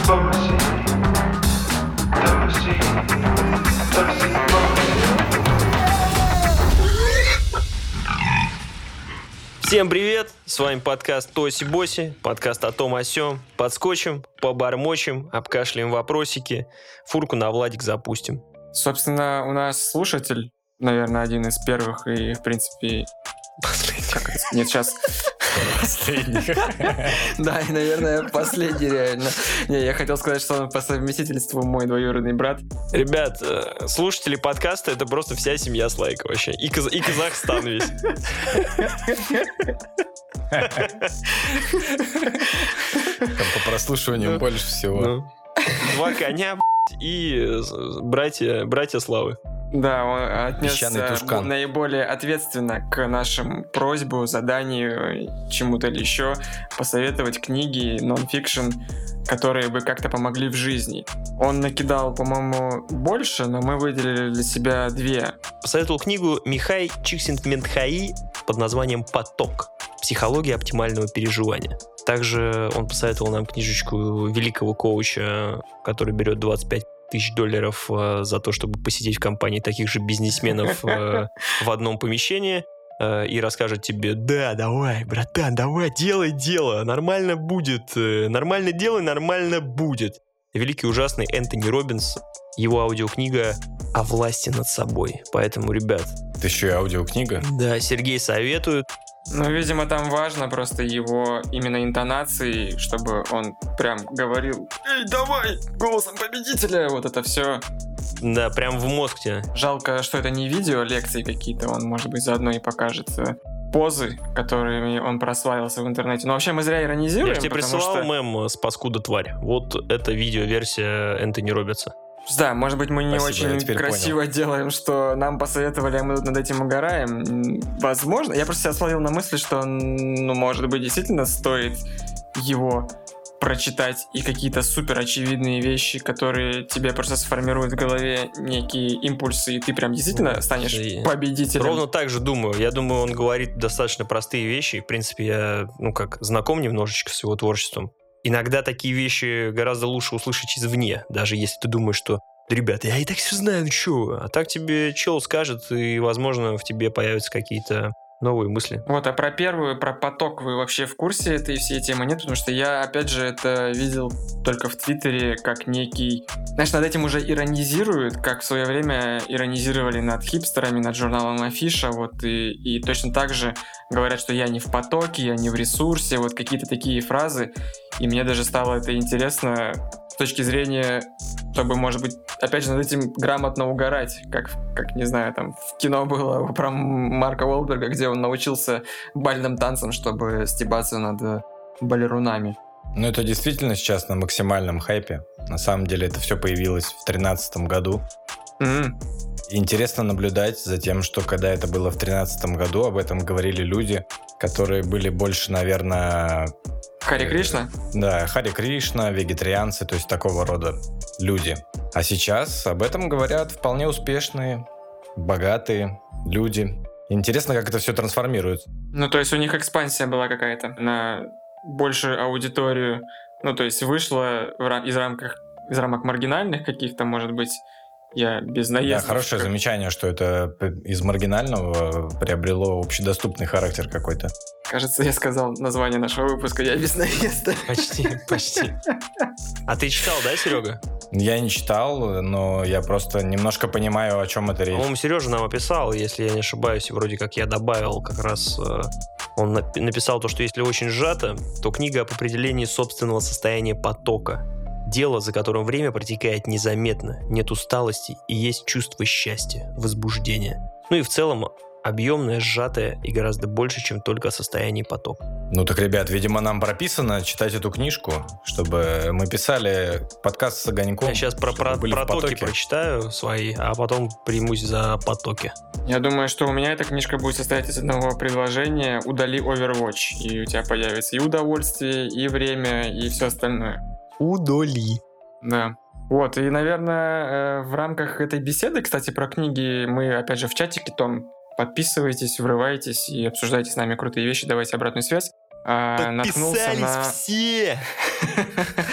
Всем привет! С вами подкаст Тоси-Боси, подкаст о том о сём. Подскочим, побормочем, обкашляем вопросики, фурку на Владик запустим. Собственно, у нас слушатель, наверное, один из первых и, в принципе... Последний. Нет, сейчас... Последний. Да, и, наверное, последний реально. Не, я хотел сказать, что он по совместительству мой двоюродный брат. Ребят, слушатели подкаста — это просто вся семья Слайка вообще. И Казахстан весь. Там по прослушиванию больше всего. Два коня и братья Славы. Да, он отнесся Тушкан. наиболее ответственно к нашему просьбу, заданию, чему-то или еще посоветовать книги, нон-фикшн, которые бы как-то помогли в жизни. Он накидал, по-моему, больше, но мы выделили для себя две. Посоветовал книгу Михай Чиксентментхаи под названием «Поток. Психология оптимального переживания». Также он посоветовал нам книжечку великого коуча, который берет $25 тысяч за то, чтобы посидеть в компании таких же бизнесменов в одном помещении и расскажет тебе: да, давай, братан, давай, делай дело, нормально будет, нормально делай, нормально будет. Великий ужасный Энтони Роббинс, его аудиокнига о власти над собой. Поэтому, ребят... Это еще и аудиокнига? Да, Сергей советует. Ну, видимо, там важно просто его именно интонации, чтобы он прям говорил: «Эй, давай, голосом победителя!» Вот это все. Да, прям в мозг тебе. Жалко, что это не видео, лекции какие-то. Он, может быть, заодно и покажет позы, которыми он прославился в интернете. Но вообще мы зря иронизируем. Я же тебе присылал мем с «Паскуда тварь». Вот это видеоверсия Энтони Роббинса. Да, может быть, мы не Спасибо, очень красиво делаем, что нам посоветовали, а мы тут над этим угораем. Возможно. Я просто себя словил на мысли, что, может быть, действительно стоит его прочитать, и какие-то супер очевидные вещи, которые тебе просто сформируют в голове некие импульсы, и ты прям действительно станешь победителем. Ровно так же думаю. Я думаю, он говорит достаточно простые вещи. В принципе, я, знаком немножечко с его творчеством. Иногда такие вещи гораздо лучше услышать извне, даже если ты думаешь, что: да, ребята, я и так все знаю, ну чё? А так тебе чел скажет, и, возможно, в тебе появятся какие-то новые мысли. Вот, а про первую, про поток вы вообще в курсе этой всей темы? Нет, потому что я, опять же, это видел только в Твиттере как некий... Знаешь, над этим уже иронизируют, как в свое время иронизировали над хипстерами, над журналом Афиша, вот, и точно так же говорят, что я не в потоке, я не в ресурсе, вот какие-то такие фразы, и мне даже стало это интересно с точки зрения, чтобы, может быть, опять же, над этим грамотно угорать, как не знаю, там в кино было про Марка Уолберга, где он научился бальным танцам, чтобы стебаться над балерунами. Ну, это действительно сейчас на максимальном хайпе. На самом деле это все появилось в 2013 году. Интересно наблюдать за тем, что когда это было в 2013 году, об этом говорили люди, которые были больше, наверное... Харе Кришна? Да, Харе Кришна, вегетарианцы, то есть такого рода люди. А сейчас об этом говорят вполне успешные, богатые люди. Интересно, как это все трансформируется. Ну, то есть у них экспансия была какая-то на большую аудиторию. Ну, то есть вышло из рамок маргинальных каких-то, может быть, я без наездов. Да, хорошее замечание, что это из маргинального приобрело общедоступный характер какой-то. Кажется, я сказал название нашего выпуска «Я без наезда». Почти. А ты читал, да, Серега? Я не читал, но я просто немножко понимаю, о чем это речь. По-моему, Сережа нам описал, если я не ошибаюсь, вроде как я добавил как раз... Он написал то, что если очень сжато, то книга об определении собственного состояния потока. Дело, за которым время протекает незаметно, нет усталости и есть чувство счастья, возбуждения. Ну и в целом объемное, сжатое и гораздо больше, чем только состояние потока. Ну так, ребят, видимо, нам прописано читать эту книжку, чтобы мы писали подкаст с огоньком. Я сейчас про протоки прочитаю свои, а потом примусь за потоки. Я думаю, что у меня эта книжка будет состоять из одного предложения: удали Overwatch, и у тебя появится и удовольствие, и время, и все остальное. Удали. Да. Вот, и, наверное, в рамках этой беседы, кстати, про книги мы, опять же, в чатике том. Подписывайтесь, врывайтесь и обсуждайте с нами крутые вещи, давайте обратную связь. Подписались все!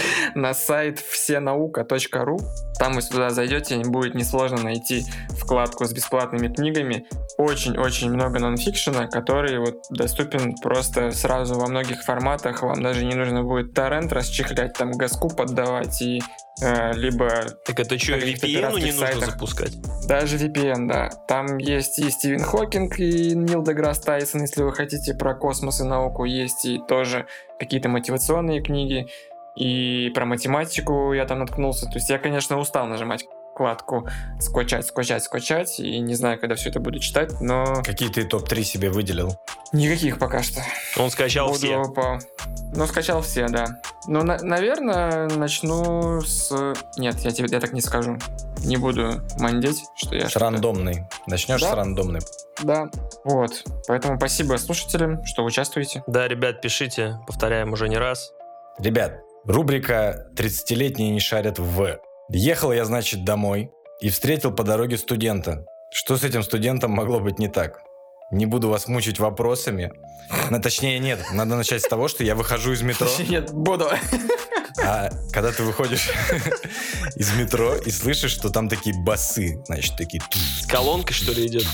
на сайт всенаука.ру. Там вы сюда зайдете, будет несложно найти вкладку с бесплатными книгами. Очень-очень много нонфикшена, который вот доступен просто сразу во многих форматах. Вам даже не нужно будет торрент расчехлять, там газку поддавать и либо... Так это что, VPN не нужно запускать? Даже VPN, да. Там есть и Стивен Хокинг, и Нил Деграсс Тайсон, если вы хотите про космос и науку. Есть и тоже какие-то мотивационные книги. И про математику я там наткнулся. То есть я, конечно, устал нажимать вкладку скачать, и не знаю, когда все это буду читать, но... Какие ты топ-3 себе выделил? Никаких пока что. Он скачал все. Ну, скачал все, да. Ну, наверное, начну с... Нет, я так не скажу. Не буду мандеть, что я... С рандомной. Начнешь с рандомной. Да, вот. Поэтому спасибо слушателям, что участвуете. Да, ребят, пишите, повторяем уже не раз. Ребят, рубрика «30-летние не шарят в». Ехал я, значит, домой и встретил по дороге студента. Что с этим студентом могло быть не так? Не буду вас мучить вопросами. Точнее, нет. Надо начать с того, что я выхожу из метро. Нет, буду. А когда ты выходишь из метро и слышишь, что там такие басы, значит, такие... С колонкой, что ли, идет?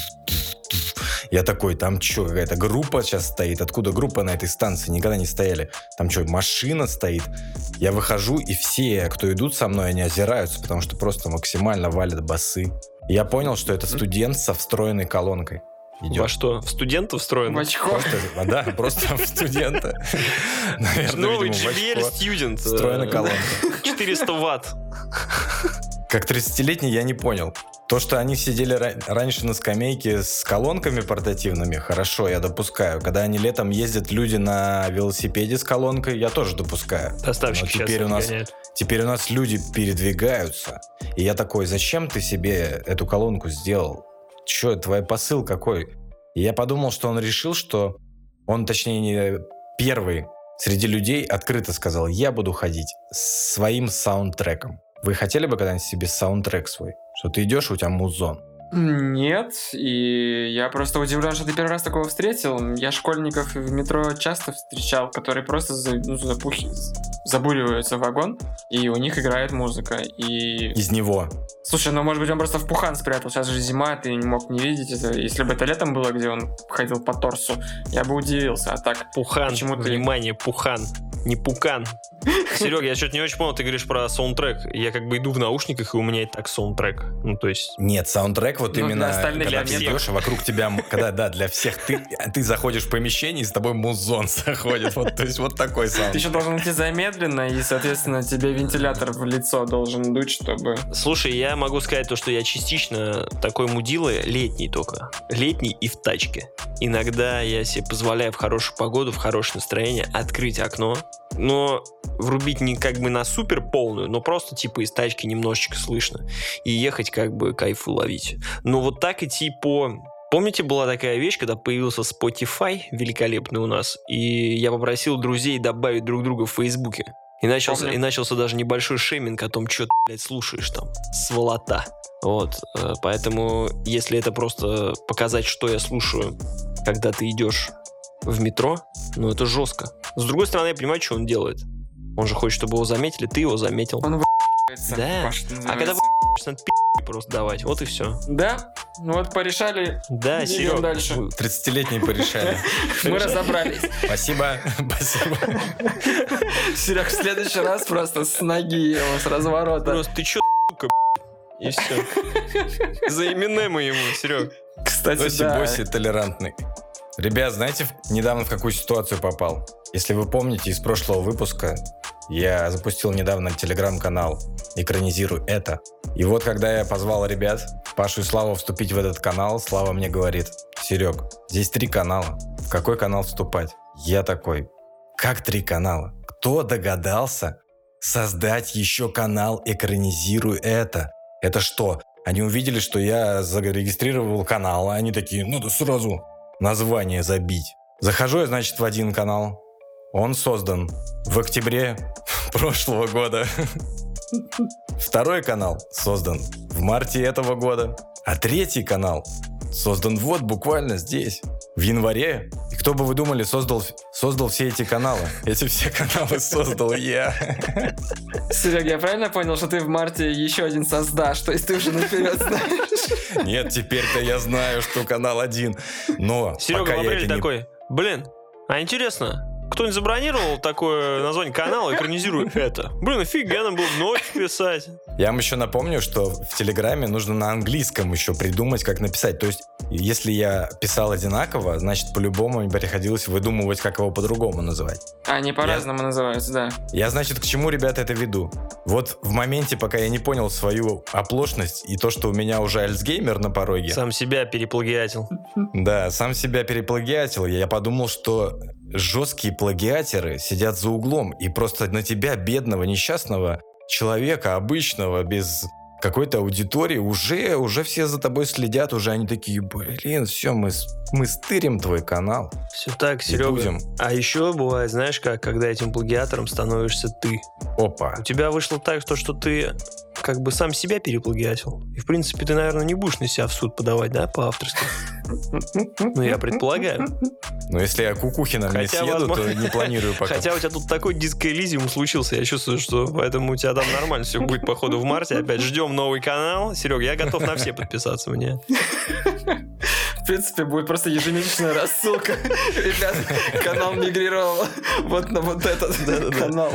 Я такой, там что, какая-то группа сейчас стоит? Откуда группа на этой станции? Никогда не стояли. Там что, машина стоит? Я выхожу, и все, кто идут со мной, они озираются, потому что просто максимально валят басы. Я понял, что это студент со встроенной колонкой. Идет. Во что? В студента встроен? В очко? Да, просто в студента. Новый JBL Student. Встроенная колонка. 400 ватт. Как 30-летний я не понял. То, что они сидели раньше на скамейке с колонками портативными, хорошо, я допускаю. Когда они летом ездят люди на велосипеде с колонкой, я тоже допускаю. Доставщик теперь у нас люди передвигаются. И я такой, зачем ты себе эту колонку сделал? Че, твой посыл какой? И я подумал, что он решил, что он, точнее, не первый среди людей открыто сказал, я буду ходить с своим саундтреком. Вы хотели бы когда-нибудь себе саундтрек свой? Что ты идешь, у тебя музон? Нет, и я просто удивлен, что ты первый раз такого встретил. Я школьников в метро часто встречал, которые просто забуриваются в вагон, и у них играет музыка. И... Из него. Слушай, ну может быть он просто в пухан спрятал, сейчас же зима, ты не мог не видеть это. Если бы это летом было, где он ходил по торсу, я бы удивился, а так... Пухан, внимание, пухан, не пукан. Серега, я что-то не очень понял, ты говоришь про саундтрек. Я как бы иду в наушниках, и у меня и так саундтрек. Ну, то есть... Нет, саундтрек вот именно, когда ты идешь, а вокруг тебя, когда, да, для всех, ты заходишь в помещение, и с тобой музон заходит. Вот, то есть вот такой саундтрек. Ты еще должен идти замедленно, и, соответственно, тебе вентилятор в лицо должен дуть, чтобы... Слушай, я могу сказать то, что я частично такой мудила, летний только. Летний и в тачке. Иногда я себе позволяю в хорошую погоду, в хорошее настроение открыть окно, но врубить не как бы на супер полную, но просто типа из тачки немножечко слышно. И ехать как бы кайфу ловить. Но вот так идти по... Помните, была такая вещь, когда появился Spotify великолепный у нас, и я попросил друзей добавить друг друга в Фейсбуке. И начался даже небольшой шейминг о том, что ты, блядь, слушаешь там, сволота. Вот, поэтому если это просто показать, что я слушаю, когда ты идешь в метро, ну это жестко. С другой стороны, я понимаю, что он делает. Он же хочет, чтобы его заметили, ты его заметил. Он в***ется. Да, а когда в***ься, надо просто давать, вот и все. Да, ну вот порешали. Да, Серега. Дальше. 30-летние порешали. Мы разобрались. Спасибо. Серег, в следующий раз просто с ноги его, с разворота. Просто ты че, сука, и все. За Эминема ему, Серег. Кстати, да. Боси толерантный. Ребят, знаете, недавно в какую ситуацию попал? Если вы помните, из прошлого выпуска я запустил недавно телеграм-канал «Экранизируй это». И вот, когда я позвал ребят, Пашу и Славу, вступить в этот канал, Слава мне говорит: Серег, здесь 3 канала. В какой канал вступать? Я такой: как 3 канала? Кто догадался создать еще канал «Экранизируй это»? Это что? Они увидели, что я зарегистрировал канал, а они такие: надо сразу название забить. Захожу я, значит, в один канал. Он создан в октябре прошлого года. Второй канал создан в марте этого года. А 3-й канал создан вот буквально здесь, в январе. И Кто бы вы думали, создал все эти каналы? Эти все каналы создал я. Серега, я правильно понял, что ты в марте еще один создашь? То есть ты уже наперед знаешь? Нет, теперь-то я знаю, что канал один. Но Серега в апреле такой, блин, а интересно, кто-нибудь забронировал такое название канала, экранизирует это? Блин, офигенно было бы ночь писать. Я вам еще напомню, что в Телеграме нужно на английском еще придумать, как написать. То есть, если я писал одинаково, значит, по-любому мне приходилось выдумывать, как его по-другому называть. Они по-разному называются, да. Я, значит, к чему, ребята, это веду? Вот в моменте, пока я не понял свою оплошность и то, что у меня уже альцгеймер на пороге. Сам себя переплагиатил. Да, сам себя переплагиатил. Я подумал, что жесткие плагиаторы сидят за углом и просто на тебя, бедного, несчастного человека, обычного, без какой-то аудитории, уже все за тобой следят, уже они такие, блин, все, мы стырим твой канал. Все так, Серега. Будем. А еще бывает, знаешь как, когда этим плагиатором становишься ты. Опа. У тебя вышло так, что ты как бы сам себя переплагиатил. И, в принципе, ты, наверное, не будешь на себя в суд подавать, да, по авторству? Ну, я предполагаю. Но если я Кукухиным не съеду, то не планирую пока. Хотя у тебя тут такой диско-элизиум случился, я чувствую, что поэтому у тебя там нормально все будет, походу, в марте. Опять ждем новый канал. Серега, я готов на все подписаться мне. В принципе, будет просто ежемесячная рассылка. Ребят, канал мигрировал вот на вот этот канал.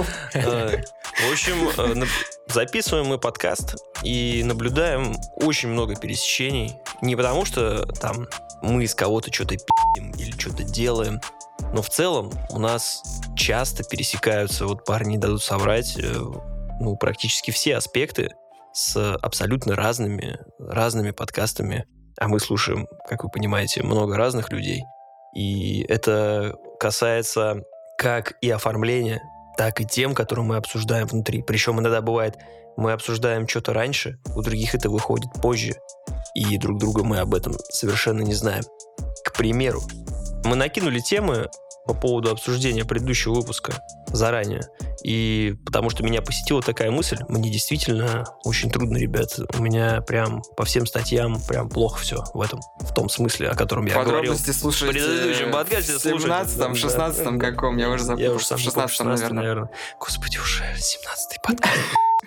В общем, записываем мы подкаст и наблюдаем очень много пересечений. Не потому, что там мы из кого-то что-то пи***ем или что-то делаем, но в целом у нас часто пересекаются, вот парни не дадут соврать, ну, практически все аспекты с абсолютно разными подкастами. А мы слушаем, как вы понимаете, много разных людей. И это касается как и оформления, так и тем, которые мы обсуждаем внутри. Причем иногда бывает, мы обсуждаем что-то раньше, у других это выходит позже. И друг друга мы об этом совершенно не знаем. К примеру, мы накинули темы по поводу обсуждения предыдущего выпуска заранее. И потому что меня посетила такая мысль, мне действительно очень трудно, ребят. У меня прям по всем статьям прям плохо все в том смысле, о котором я говорил. Подробности слушайте в предыдущем подкасте. В 17-м, 16-м каком, я уже забыл. В 16-м, наверное. Господи, уже 17-й подкаст.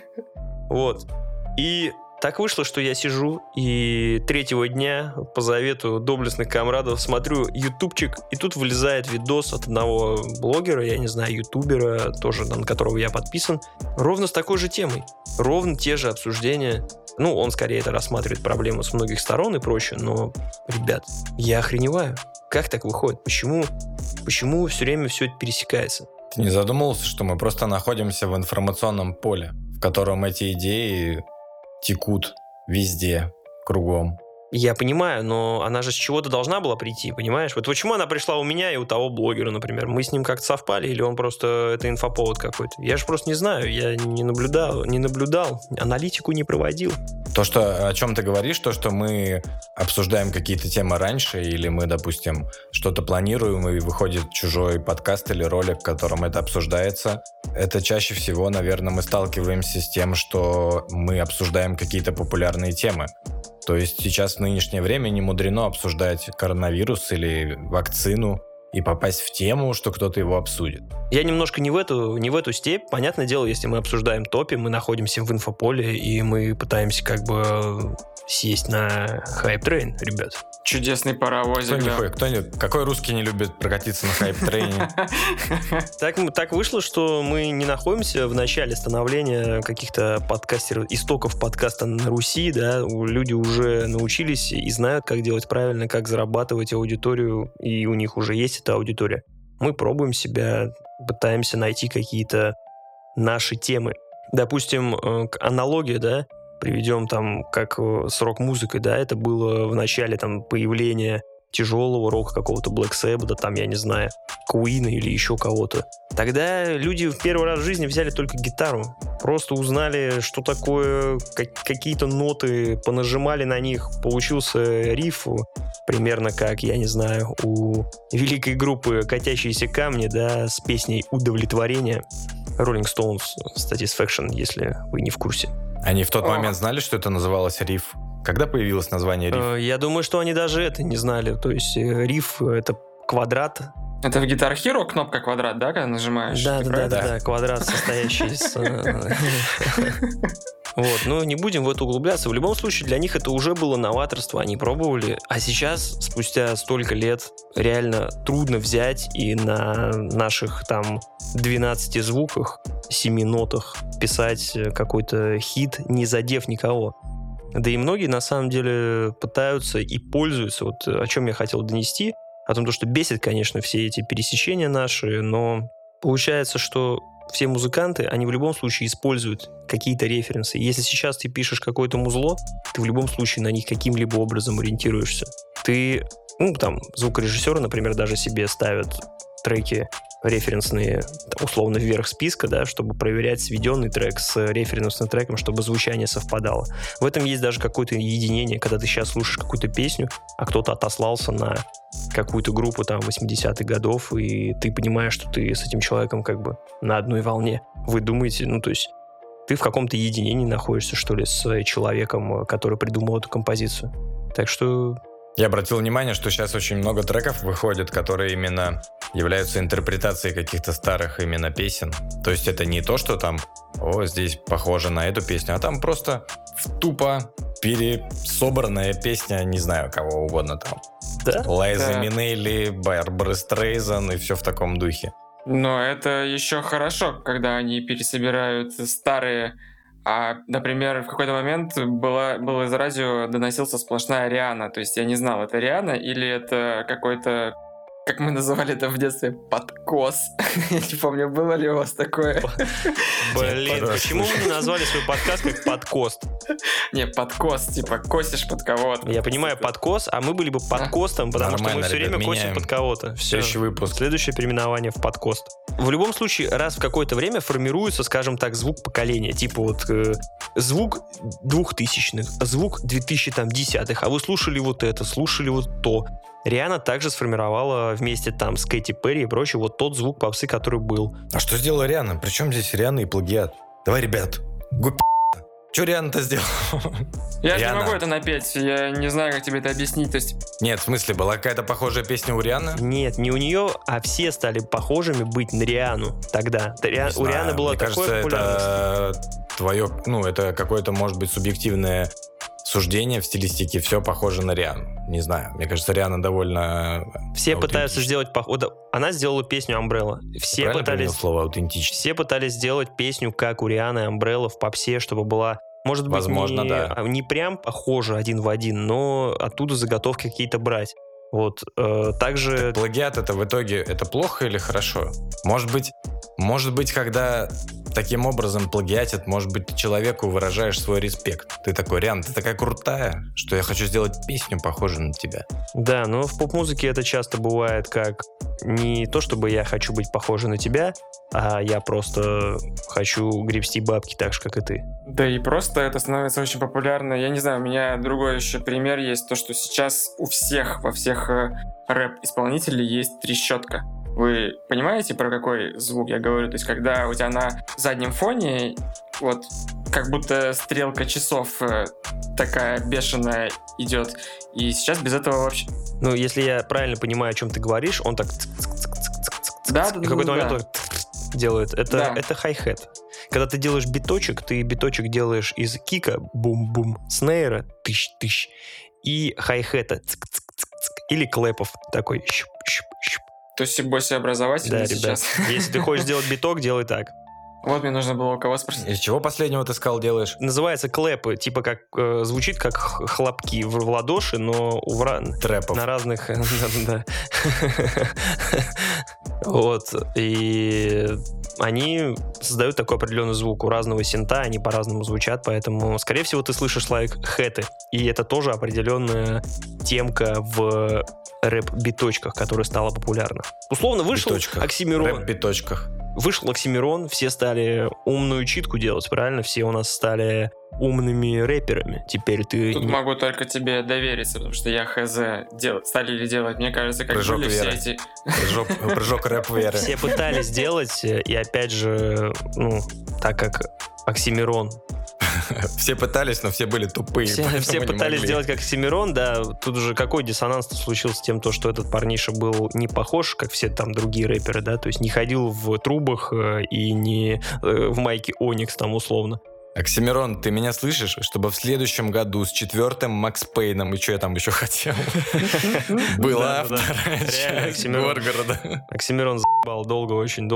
Вот. И так вышло, что я сижу и третьего дня по завету доблестных комрадов смотрю ютубчик, и тут вылезает видос от одного блогера, я не знаю, ютубера, тоже на которого я подписан, ровно с такой же темой. Ровно те же обсуждения. Ну, он скорее это рассматривает проблему с многих сторон и прочее, но, ребят, я охреневаю. Как так выходит? Почему все время все это пересекается? Ты не задумывался, что мы просто находимся в информационном поле, в котором эти идеи текут везде, кругом? Я понимаю, но она же с чего-то должна была прийти, понимаешь? Вот почему она пришла у меня и у того блогера, например? Мы с ним как-то совпали, или он просто это инфоповод какой-то? Я же просто не знаю, я не наблюдал, аналитику не проводил. То, о чем ты говоришь, то, что мы обсуждаем какие-то темы раньше, или мы, допустим, что-то планируем, и выходит чужой подкаст или ролик, в котором это обсуждается, это чаще всего, наверное, мы сталкиваемся с тем, что мы обсуждаем какие-то популярные темы. То есть сейчас в нынешнее время не мудрено обсуждать коронавирус или вакцину и попасть в тему, что кто-то его обсудит. Я немножко не в эту степь. Понятное дело, если мы обсуждаем топи, мы находимся в инфополе, и мы пытаемся как бы сесть на хайп-трейн, ребят. Чудесный паровозик, Какой русский не любит прокатиться на хайп-трейне? Так вышло, что мы не находимся в начале становления каких-то подкастеров, истоков подкаста на Руси, да, люди уже научились и знают, как делать правильно, как зарабатывать аудиторию, и у них уже есть эта аудитория. Мы пробуем себя, пытаемся найти какие-то наши темы. Допустим, аналогия, да, приведем там, как с рок-музыкой, да, это было в начале там появления тяжелого рока какого-то Black Sabbath, там, я не знаю, Queen или еще кого-то. Тогда люди в первый раз в жизни взяли только гитару, просто узнали, что такое, какие-то ноты, понажимали на них, получился риф, примерно как, я не знаю, у великой группы «Катящиеся камни», да, с песней «Удовлетворение» Rolling Stones Satisfaction, если вы не в курсе. Они в тот момент знали, что это называлось риф? Когда появилось название риф? Я думаю, что они даже это не знали. То есть риф — это квадрат. Это в Guitar Hero кнопка квадрат, да, когда нажимаешь? Да, квадрат, состоящий из... Вот, но не будем в это углубляться. В любом случае, для них это уже было новаторство, они пробовали. А сейчас, спустя столько лет, реально трудно взять и на наших там 12 звуках, 7 нотах писать какой-то хит, не задев никого. Да и многие, на самом деле, пытаются и пользуются. Вот о чем я хотел донести. О том, что бесит, конечно, все эти пересечения наши, но получается, что все музыканты, они в любом случае используют какие-то референсы. Если сейчас ты пишешь какое-то музло, ты в любом случае на них каким-либо образом ориентируешься. Ты, звукорежиссеры, например, даже себе ставят треки референсные, условно, вверх списка, да, чтобы проверять сведенный трек с референсным треком, чтобы звучание совпадало. В этом есть даже какое-то единение, когда ты сейчас слушаешь какую-то песню, а кто-то отослался на какую-то группу там 80-х годов, и ты понимаешь, что ты с этим человеком как бы на одной волне. Вы думаете, то есть ты в каком-то единении находишься, что ли, с человеком, который придумал эту композицию. Так что... Я обратил внимание, что сейчас очень много треков выходит, которые именно являются интерпретацией каких-то старых именно песен. То есть это не то, что там, здесь похоже на эту песню, а там просто тупо пересобранная песня, не знаю, кого угодно там. Да? Лайза Минелли, Барбара Стрейзан и все в таком духе. Но это еще хорошо, когда они пересобирают старые. Например, в какой-то момент было из радио доносился сплошная Риhanna. То есть я не знал, это Риhanna или это какой-то, как мы называли это в детстве, подкос. Я не помню, было ли у вас такое. Блин, почему вы не назвали свой подкаст как подкост? Не, подкос, типа косишь под кого-то. Я понимаю, подкос, а мы были бы подкостом, потому что мы все время косим под кого-то. Следующий выпуск. Следующее переименование в подкост. В любом случае, раз в какое-то время формируется, скажем так, звук поколения. Типа вот звук 2000-х, звук 2010-х. А вы слушали вот это, слушали вот то. Риhanna также сформировала вместе там с Кэти Перри и прочее вот тот звук попсы, который был. А что сделала Риhanna? Причем здесь Риhanna и плагиат? Давай, ребят, что Риhanna-то сделала? Я же не могу это напеть, я не знаю, как тебе это объяснить. То есть... Нет, в смысле, была какая-то похожая песня у Риhanna? Нет, не у нее, а все стали похожими быть на Риhanну тогда. У Риhanna была такое популярность. Это твое, это какое-то, может быть, субъективное суждение в стилистике, все похоже на Риhanну. Не знаю, мне кажется, Риhanna довольно... Все пытаются сделать... Она сделала песню Umbrella. Все пытались... слово аутентичность. Все пытались сделать песню, как у Риhanna и Umbrella в попсе, чтобы была, может быть, возможно, не прям похожа один в один, но оттуда заготовки какие-то брать. Вот, также... Так плагиат это в итоге, это плохо или хорошо? Может быть, когда таким образом плагиатит, может быть, ты человеку выражаешь свой респект. Ты такой, Риан, ты такая крутая, что я хочу сделать песню, похожую на тебя. Да, но в поп-музыке это часто бывает как не то, чтобы я хочу быть похожей на тебя, а я просто хочу гребсти бабки так же, как и ты. Да и просто это становится очень популярно. Я не знаю, у меня другой еще пример есть, то, что сейчас во всех рэп-исполнителей есть трещотка. Вы понимаете, про какой звук я говорю? То есть, когда у тебя на заднем фоне вот как будто стрелка часов такая бешеная идет. И сейчас без этого вообще... Если я правильно понимаю, о чем ты говоришь, он так... Да, и в какой-то момент он делает. Это хай-хет. Когда ты делаешь биточек, ты биточек делаешь из кика, бум-бум, снейра, тыщ-тыщ, и хай-хета, или клэпов, такой щуп-щуп-щуп. То есть Боси образовательный сейчас. Ребят, если ты хочешь сделать биток, делай так. Вот мне нужно было у кого спросить. Из чего последнего ты сказал делаешь? Называется клэпы, типа как звучит как хлопки в ладоши, но трэпов. На разных... Да. Вот. И они создают такой определенный звук. У разного синта они по-разному звучат, поэтому, скорее всего, ты слышишь хэты. И это тоже определенная темка в рэп-биточках, которая стала популярна. Условно вышел оксимирон. Рэп-биточках. Вышел оксимирон, все стали умную читку делать, правильно? Все у нас стали умными рэперами. Теперь ты... Тут могу только тебе довериться, потому что я стали ли делать, мне кажется, как прыжок были веры. все эти... Прыжок рэп-веры. Все пытались сделать, и опять же, так как оксимирон Все пытались, но все были тупые. Все пытались сделать как Оксимирон, да. Тут уже какой диссонанс случился с тем, что этот парниша был не похож, как все там другие рэперы, да, то есть не ходил в трубах и не в майке Оникс там условно. Оксимирон, ты меня слышишь? Чтобы в следующем году с 4-м Макс Пейном, и что я там еще хотел, была вторая часть Горгорода. Оксимирон за***бал долго, очень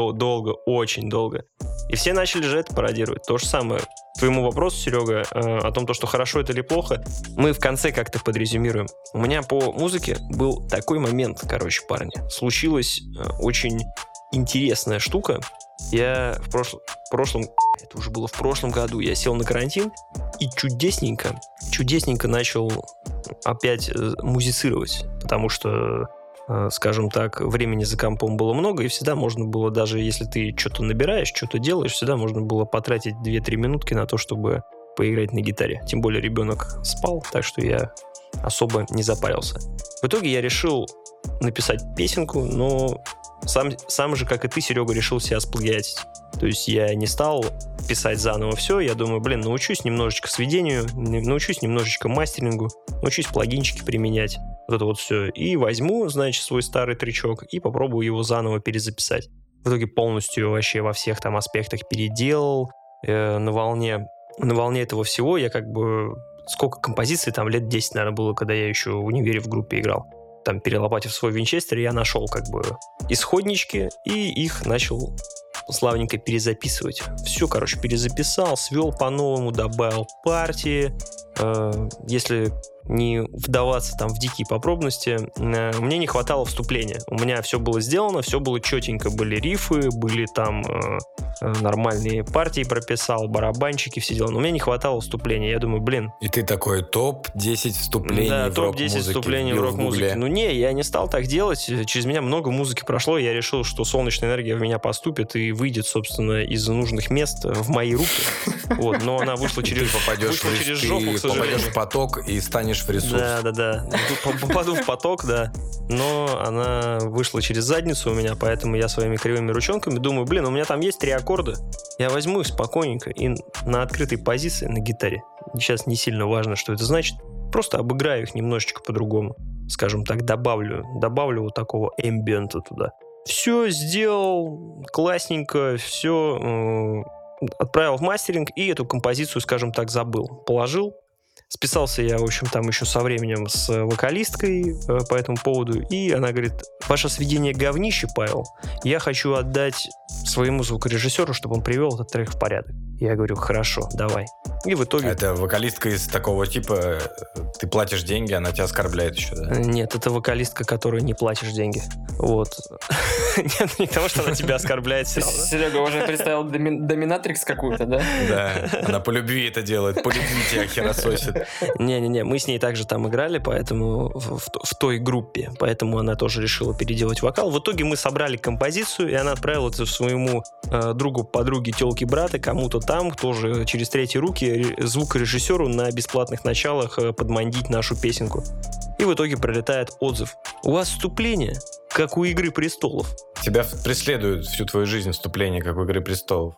долго. И все начали же это пародировать. То же самое. К твоему вопросу, Серега, о том, что хорошо это или плохо, мы в конце как-то подрезюмируем. У меня по музыке был такой момент, парни. Случилась очень интересная штука. Я в прошлом, это уже было в прошлом году, я сел на карантин и чудесненько начал опять музицировать, потому что, скажем так, времени за компом было много, и всегда можно было, даже если ты что-то набираешь, что-то делаешь, всегда можно было потратить 2-3 минутки на то, чтобы поиграть на гитаре. Тем более ребенок спал, так что я особо не запарился. В итоге я решил написать песенку, но сам же, как и ты, Серега, решил себя сплагиатить. То есть я не стал писать заново все. Я думаю, научусь немножечко сведению, научусь немножечко мастерингу, научусь плагинчики применять. Вот это вот все. И возьму, значит, свой старый тречок и попробую его заново перезаписать. В итоге полностью вообще во всех там аспектах переделал. На волне этого всего я сколько композиций, там лет 10, наверное, было, когда я еще в универе в группе играл. Там, перелопатив свой винчестер, я нашел исходнички и их начал славненько перезаписывать. Все, перезаписал, свел по-новому, добавил партии. Если не вдаваться там в дикие подробности, мне не хватало вступления. У меня все было сделано, все было четенько. Были рифы, были там нормальные партии прописал, барабанчики, все дела. Но мне не хватало вступления. Я думаю, И ты такой, топ-10 вступлений в рок-музыке. Да, топ-10 вступлений в рок-музыке. Я не стал так делать. Через меня много музыки прошло. Я решил, что солнечная энергия в меня поступит и выйдет, собственно, из нужных мест в мои руки. Но она вышла через жопу, к сожалению. Попадешь в поток и станешь в ресурс. Да. Попаду в поток, да. Но она вышла через задницу у меня, поэтому я своими кривыми ручонками думаю, у меня там есть 3 аккорда. Я возьму их спокойненько и на открытой позиции на гитаре. Сейчас не сильно важно, что это значит. Просто обыграю их немножечко по-другому. Скажем так, добавлю вот такого эмбиента туда. Все сделал классненько, все отправил в мастеринг и эту композицию, скажем так, забыл. Положил. Списался я, в общем, там еще со временем с вокалисткой по этому поводу, и она говорит, ваше сведение говнище, Павел, я хочу отдать своему звукорежиссеру, чтобы он привел этот трек в порядок. Я говорю, хорошо, давай. И в итоге... Это вокалистка из такого типа, ты платишь деньги, она тебя оскорбляет еще, да? Нет, это вокалистка, которой не платишь деньги. Вот. Нет, не потому, что она тебя оскорбляет. Серега уже представил доминатрикс какую-то, да? Да, она по любви это делает, по любви тебя херососит. Не-не-не, мы с ней также там играли, поэтому в той группе, поэтому она тоже решила переделать вокал. В итоге мы собрали композицию, и она отправила это своему другу, подруге, тёлке, брата, кому-то там, тоже через третьи руки, звукорежиссеру на бесплатных началах подмандить нашу песенку. И в итоге прилетает отзыв. У вас вступление, как у «Игры престолов». Тебя преследует всю твою жизнь вступление, как у «Игры престолов».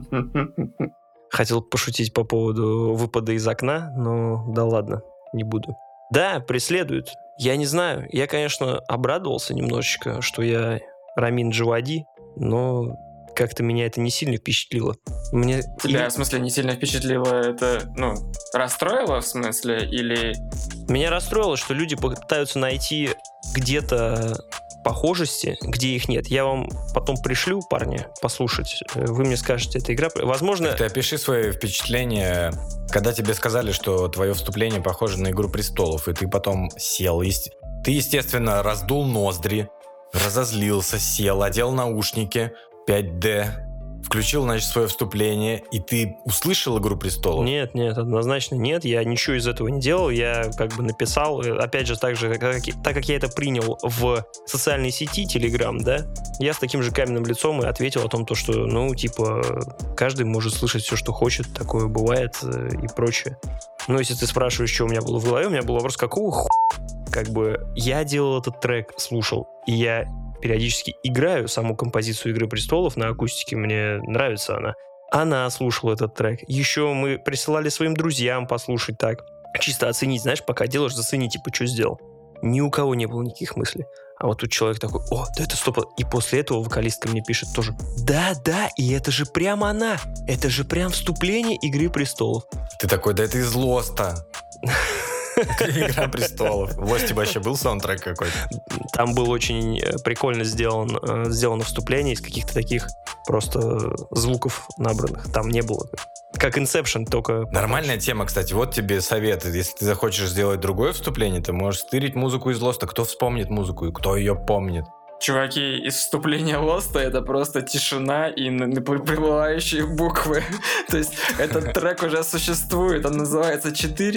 Хотел пошутить по поводу выпада из окна, но да ладно, не буду. Да, преследуют. Я не знаю. Я, конечно, обрадовался немножечко, что я Рамин Джавади, но как-то меня это не сильно впечатлило. Тебя, в смысле, не сильно впечатлило? Это, расстроило, в смысле, или... Меня расстроило, что люди пытаются найти где-то похожести, где их нет. Я вам потом пришлю, парни, послушать. Вы мне скажете, это игра... Возможно... Ты опиши свои впечатления, когда тебе сказали, что твое вступление похоже на «Игру престолов», и ты потом сел. Ты, естественно, раздул ноздри, разозлился, сел, одел наушники 5D, включил, значит, свое вступление, и ты услышал «Игру престолов»? Нет, однозначно нет. Я ничего из этого не делал. Я написал, опять же, так как я это принял в социальной сети Telegram, да, я с таким же каменным лицом и ответил о том, что, каждый может слышать все, что хочет, такое бывает и прочее. Но если ты спрашиваешь, что у меня было в голове, у меня был вопрос, какого я делал этот трек, слушал, и я периодически играю саму композицию «Игры престолов» на акустике, мне нравится она. Она слушала этот трек. Еще мы присылали своим друзьям послушать так. Чисто оценить, знаешь, пока делаешь, зацени, типа, что сделал. Ни у кого не было никаких мыслей. А вот тут человек такой: о, да это стоп. И после этого вокалистка мне пишет тоже: да, и это же прям она. Это же прям вступление «Игры престолов». Ты такой: да это из Лоста. «Игра престолов». В Лосте вообще был саундтрек какой-то? Там было очень прикольно сделано вступление из каких-то таких просто звуков набранных. Там не было. Как Inception, только... Нормальная тема, кстати. Вот тебе совет. Если ты захочешь сделать другое вступление, ты можешь стырить музыку из Лоста. Кто вспомнит музыку и кто ее помнит? Чуваки, из вступления Лоста это просто тишина и приплывающие буквы. То есть этот трек уже существует. Он называется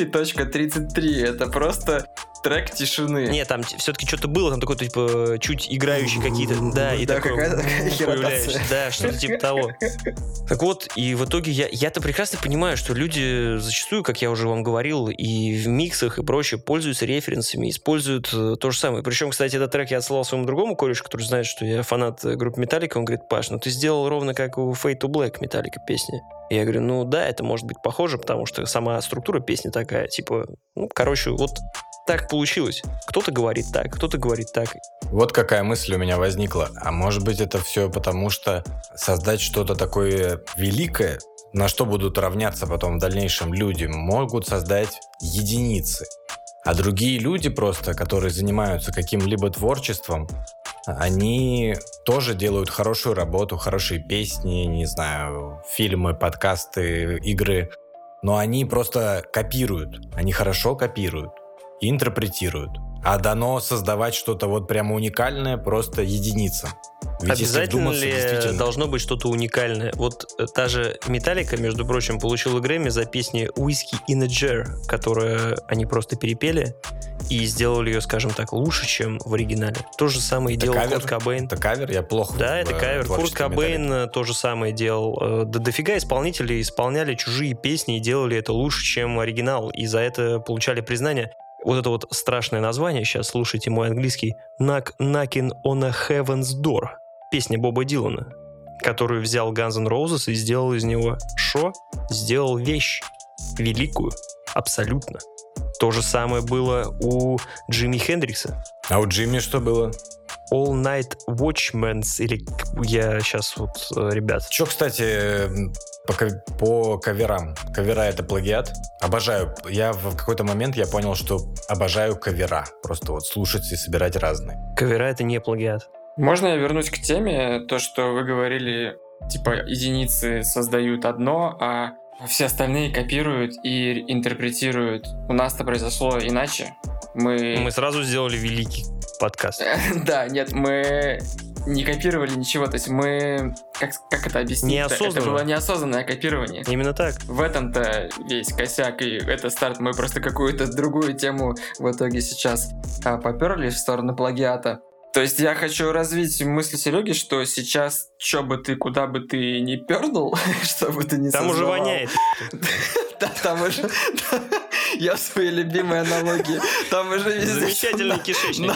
4.33. Это просто трек тишины. Нет, там все-таки что-то было. Там такой, типа, чуть играющие какие-то... Да, и такой появляешься. Да, что-то типа того. Так вот, и в итоге я-то прекрасно понимаю, что люди зачастую, как я уже вам говорил, и в миксах и прочее, пользуются референсами, используют то же самое. Причем, кстати, этот трек я отсылал своему другому корешу, который знает, что я фанат группы Metallica. Он говорит: Паш, ну ты сделал ровно как у Fade to Black Metallica песни. И я говорю: ну да, это может быть похоже, потому что сама структура песни такая, типа, ну, короче, вот так получилось. Кто-то говорит так, кто-то говорит так. Вот какая мысль у меня возникла. А может быть, это все потому, что создать что-то такое великое, на что будут равняться потом в дальнейшем люди, могут создать единицы. А другие люди просто, которые занимаются каким-либо творчеством, они тоже делают хорошую работу, хорошие песни, не знаю, фильмы, подкасты, игры. Но они просто копируют. Они хорошо копируют и интерпретируют. А дано создавать что-то вот прямо уникальное просто единицам. Ведь обязательно ли должно быть что-то уникальное? Вот та же Metallica, между прочим, получила Грэмми за песню «Whiskey in a Jar», которую они просто перепели и сделали ее, скажем так, лучше, чем в оригинале. То же самое делал Курт Кобейн. Это кавер? Я плохо. Да, это кавер. Курт Кобейн то же самое делал. Дофига исполнителей исполняли чужие песни и делали это лучше, чем оригинал. И за это получали признание. Вот это вот страшное название, сейчас слушайте мой английский, «Knocking on a Heaven's Door», песня Боба Дилана, которую взял Guns N' Roses и сделал из него шо? Сделал вещь великую, абсолютно. То же самое было у Джимми Хендрикса. А у Джимми что было? All Night Watchmen's, или я сейчас вот, ребят. Что, кстати, по каверам? Кавера — это плагиат? Обожаю. Я в какой-то момент я понял, что обожаю кавера. Просто вот слушать и собирать разные. Кавера — это не плагиат. Можно я вернусь к теме? То, что вы говорили, типа, единицы создают одно, а все остальные копируют и интерпретируют. У нас-то произошло иначе. Мы сразу сделали великий подкаст. Да, нет, мы не копировали ничего. То есть мы... Как это объяснить? Неосознанно. Это было неосознанное копирование. Именно так. В этом-то весь косяк, и это старт. Мы просто какую-то другую тему в итоге сейчас поперли в сторону плагиата. То есть я хочу развить мысль Сереги, что сейчас, что бы ты, куда бы ты ни пернул, что бы ты ни создавал... Там уже воняет. Да, там уже... Я в своей любимой аналогии. Там уже везде... Замечательный кишечник.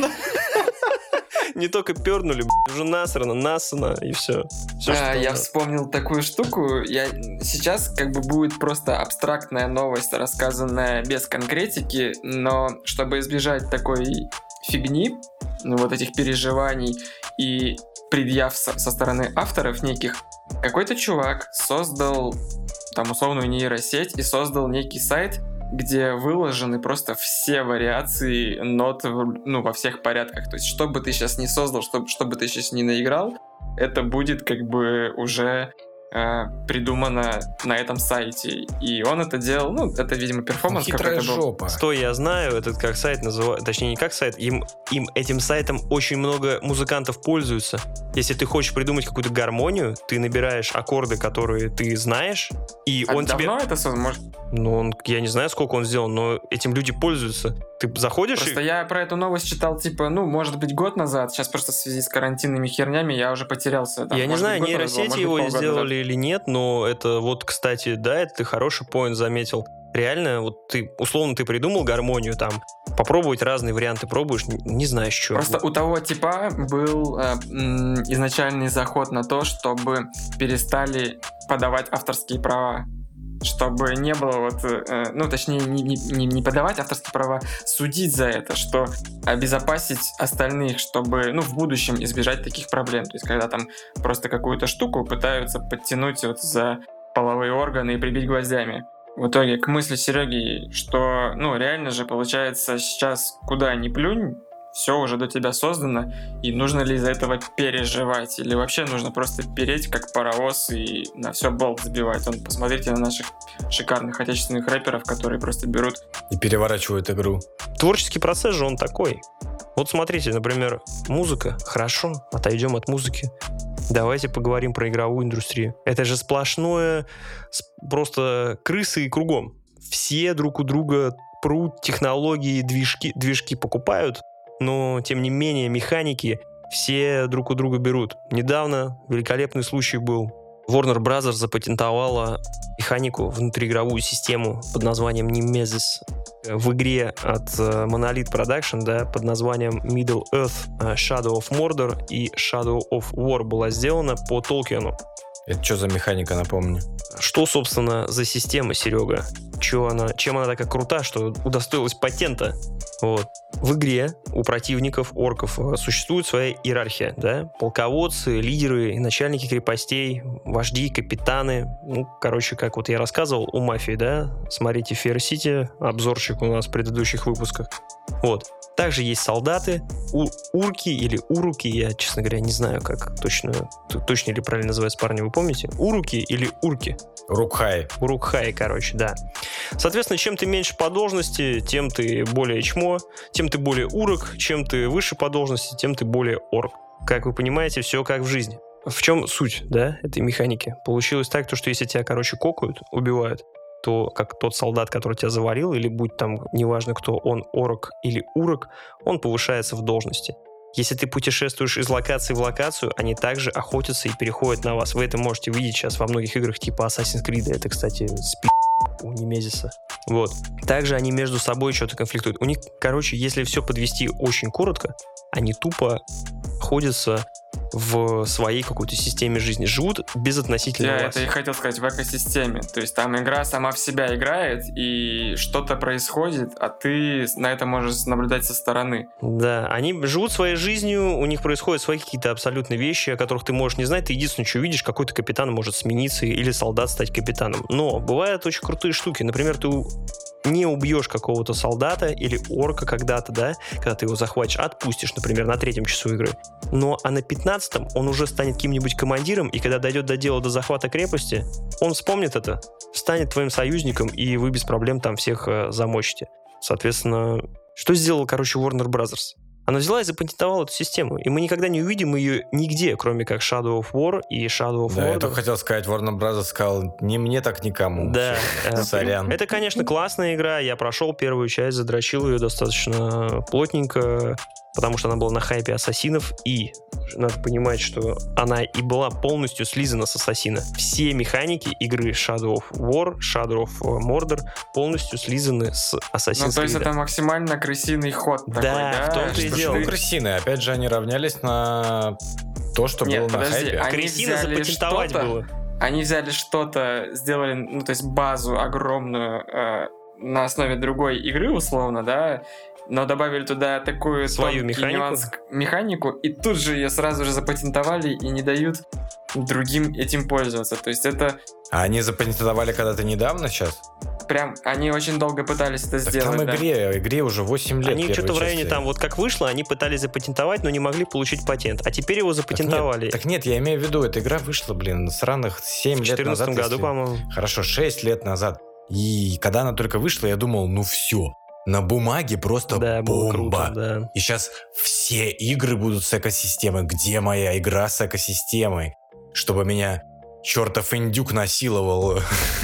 Не только пернули, уже насрано, и все. Я вспомнил такую штуку. Сейчас как бы будет просто абстрактная новость, рассказанная без конкретики, но чтобы избежать такой фигни, вот этих переживаний и предъяв со стороны авторов неких, какой-то чувак создал там условную нейросеть и создал некий сайт, где выложены просто все вариации нот, ну, во всех порядках. То есть, что бы ты сейчас не создал, что бы ты сейчас не наиграл, это будет как бы уже придумано на этом сайте. И он это делал, ну, это, видимо, перформанс какой-то был. Жопа. Стой, я знаю, этот как сайт называют, точнее, не как сайт, этим сайтом очень много музыкантов пользуются. Если ты хочешь придумать какую-то гармонию, ты набираешь аккорды, которые ты знаешь, и он тебе... давно это создано? Ну, я не знаю, сколько он сделал, но этим люди пользуются. Ты заходишь Просто и... я про эту новость читал, типа, ну, может быть, год назад. Сейчас просто в связи с карантинными хернями я уже потерялся. Там, я не знаю, нейросети его сделали или нет, но это вот, кстати, да, это ты хороший поинт заметил. Реально, вот ты, условно, ты придумал гармонию, там, попробовать разные варианты пробуешь, не знаешь, что. Просто у того типа был изначальный заход на то, чтобы перестали подавать авторские права. Чтобы не было точнее, не подавать авторские права, судить за это, что обезопасить остальных, чтобы, в будущем избежать таких проблем. То есть, когда там просто какую-то штуку пытаются подтянуть за половые органы и прибить гвоздями. В итоге, к мысли Сереги, что, реально же, получается, сейчас куда ни плюнь, все уже до тебя создано, и нужно ли из-за этого переживать, или вообще нужно просто переть как паровоз и на все болт забивать. Посмотрите на наших шикарных отечественных рэперов, которые просто берут и переворачивают игру. Творческий процесс же он такой. Вот смотрите, например, музыка. Хорошо, отойдем от музыки. Давайте поговорим про игровую индустрию. Это же сплошное просто крысы и кругом. Все друг у друга прут, технологии, движки покупают, но, тем не менее, механики все друг у друга берут. Недавно великолепный случай был. Warner Bros. Запатентовала механику, внутриигровую систему под названием Nemesis. В игре от Monolith Production, под названием Middle Earth, Shadow of Mordor и Shadow of War была сделана по Толкину. Это что за механика, напомню? Что, собственно, за система, Серега? Чем она такая крута, что удостоилась патента? Вот. В игре у противников, орков, существует своя иерархия, полководцы, лидеры, начальники крепостей, вожди, капитаны. Как вот я рассказывал у мафии, Смотрите Fair City, обзорчик у нас в предыдущих выпусках. Вот. Также есть солдаты, урки или уруки, я, честно говоря, не знаю, как точно ли правильно называется, парни, вы помните? Уруки или урки? Урукхай. Урукхай, да. Соответственно, чем ты меньше по должности, тем ты более чмо, тем ты более урок, чем ты выше по должности, тем ты более орк. Как вы понимаете, все как в жизни. В чем суть, этой механики? Получилось так, что если тебя, кокают, убивают, то как тот солдат, который тебя завалил, или будь там, неважно кто, он орк или урок, он повышается в должности. Если ты путешествуешь из локации в локацию, они также охотятся и переходят на вас. Вы это можете видеть сейчас во многих играх типа Assassin's Creed. Это, кстати, у Немезиса. Вот. Также они между собой что-то конфликтуют. У них, если все подвести очень коротко, они тупо ходятся в своей какой-то системе жизни. Живут безотносительно вас. Я это и хотел сказать, в экосистеме. То есть там игра сама в себя играет, и что-то происходит, а ты на это можешь наблюдать со стороны. Да, они живут своей жизнью, у них происходят свои какие-то абсолютные вещи, о которых ты можешь не знать. Ты единственное, что видишь, какой-то капитан может смениться или солдат стать капитаном. Но бывают очень крутые штуки. Например, ты не убьешь какого-то солдата или орка когда-то, когда ты его захватишь, отпустишь, например, на 3-м часу игры. А на 15-м он уже станет каким-нибудь командиром, и когда дойдет до дела до захвата крепости, он вспомнит это, станет твоим союзником, и вы без проблем там всех замочите. Соответственно, что сделал, Warner Bros.? Она взяла и запатентовала эту систему, и мы никогда не увидим ее нигде, кроме как Shadow of War и Shadow of Mordor. Да, я только хотел сказать, Warner Bros. Сказал, ни мне, так никому. Да. Сорян. Это, конечно, классная игра, я прошел первую часть, задрочил ее достаточно плотненько, потому что она была на хайпе ассасинов, и надо понимать, что она и была полностью слизана с ассасина. Все механики игры Shadow of War, Shadow of Mordor полностью слизаны с Assassin's Creed. То есть это максимально крысиный ход такой, да? В том-то и дело. Почему крысиный? Опять же, они равнялись на то, что было на хайпе. Крысина запатентовать было. Они взяли что-то, сделали, базу огромную на основе другой игры, условно, но добавили туда такую свою механику, и тут же ее сразу же запатентовали и не дают другим этим пользоваться. То есть это... А они запатентовали когда-то недавно сейчас? Прям, они очень долго пытались это сделать. Там игре уже 8 лет. Они что-то в районе как вышло, они пытались запатентовать, но не могли получить патент. А теперь его запатентовали. Так нет, я имею в виду, эта игра вышла, сраных 7 лет назад. В 2014 году, по-моему. Хорошо, 6 лет назад. И когда она только вышла, я думал, все. На бумаге просто бомба. Круто, да. И сейчас все игры будут с экосистемой. Где моя игра с экосистемой? Чтобы меня чертов индюк насиловал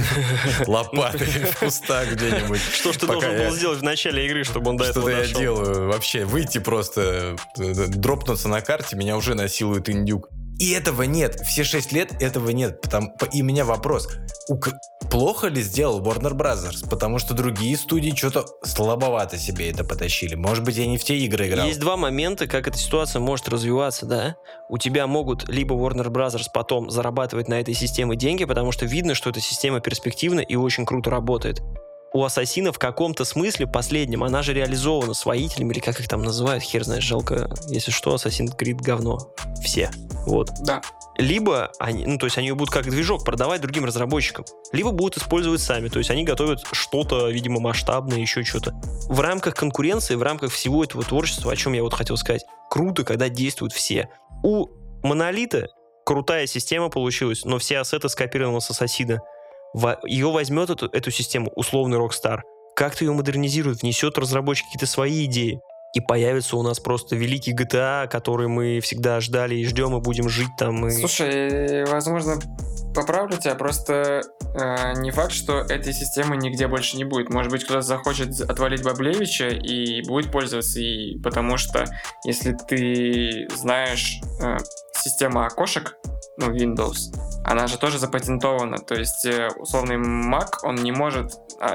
лопатой в кустах где-нибудь. Что ж ты должен был сделать в начале игры, чтобы он до этого дошел? Что-то я делаю. Вообще, выйти просто, дропнуться на карте, меня уже насилует индюк. И этого нет. Все 6 лет этого нет. И у меня вопрос. Плохо ли сделал Warner Bros.? Потому что другие студии что-то слабовато себе это потащили. Может быть, я не в те игры играл. Есть два момента, как эта ситуация может развиваться, да? У тебя могут либо Warner Bros. Потом зарабатывать на этой системе деньги, потому что видно, что эта система перспективна и очень круто работает. У Ассасина в каком-то смысле последнем, она же реализована своителями, или как их там называют, хер знает, жалко. Если что, Assassin's Creed говно. Все. Вот. Да. Либо они, то есть они будут как движок продавать другим разработчикам, либо будут использовать сами, то есть они готовят что-то, видимо, масштабное, еще что-то. В рамках конкуренции, в рамках всего этого творчества, о чем я вот хотел сказать, круто, когда действуют все. У Монолита крутая система получилась, но все ассеты скопированы с Ассасина. Ее возьмет эту систему условный Rockstar, как-то ее модернизирует, внесет разработчик какие-то свои идеи, и появится у нас просто великий GTA, который мы всегда ждали и ждем, и будем жить там. Слушай, возможно, поправлю тебя, просто не факт, что этой системы нигде больше не будет. Может быть, кто-то захочет отвалить Баблевича и будет пользоваться ей, потому что если ты знаешь систему окошек, Windows, она же тоже запатентована, то есть условный Mac, он не может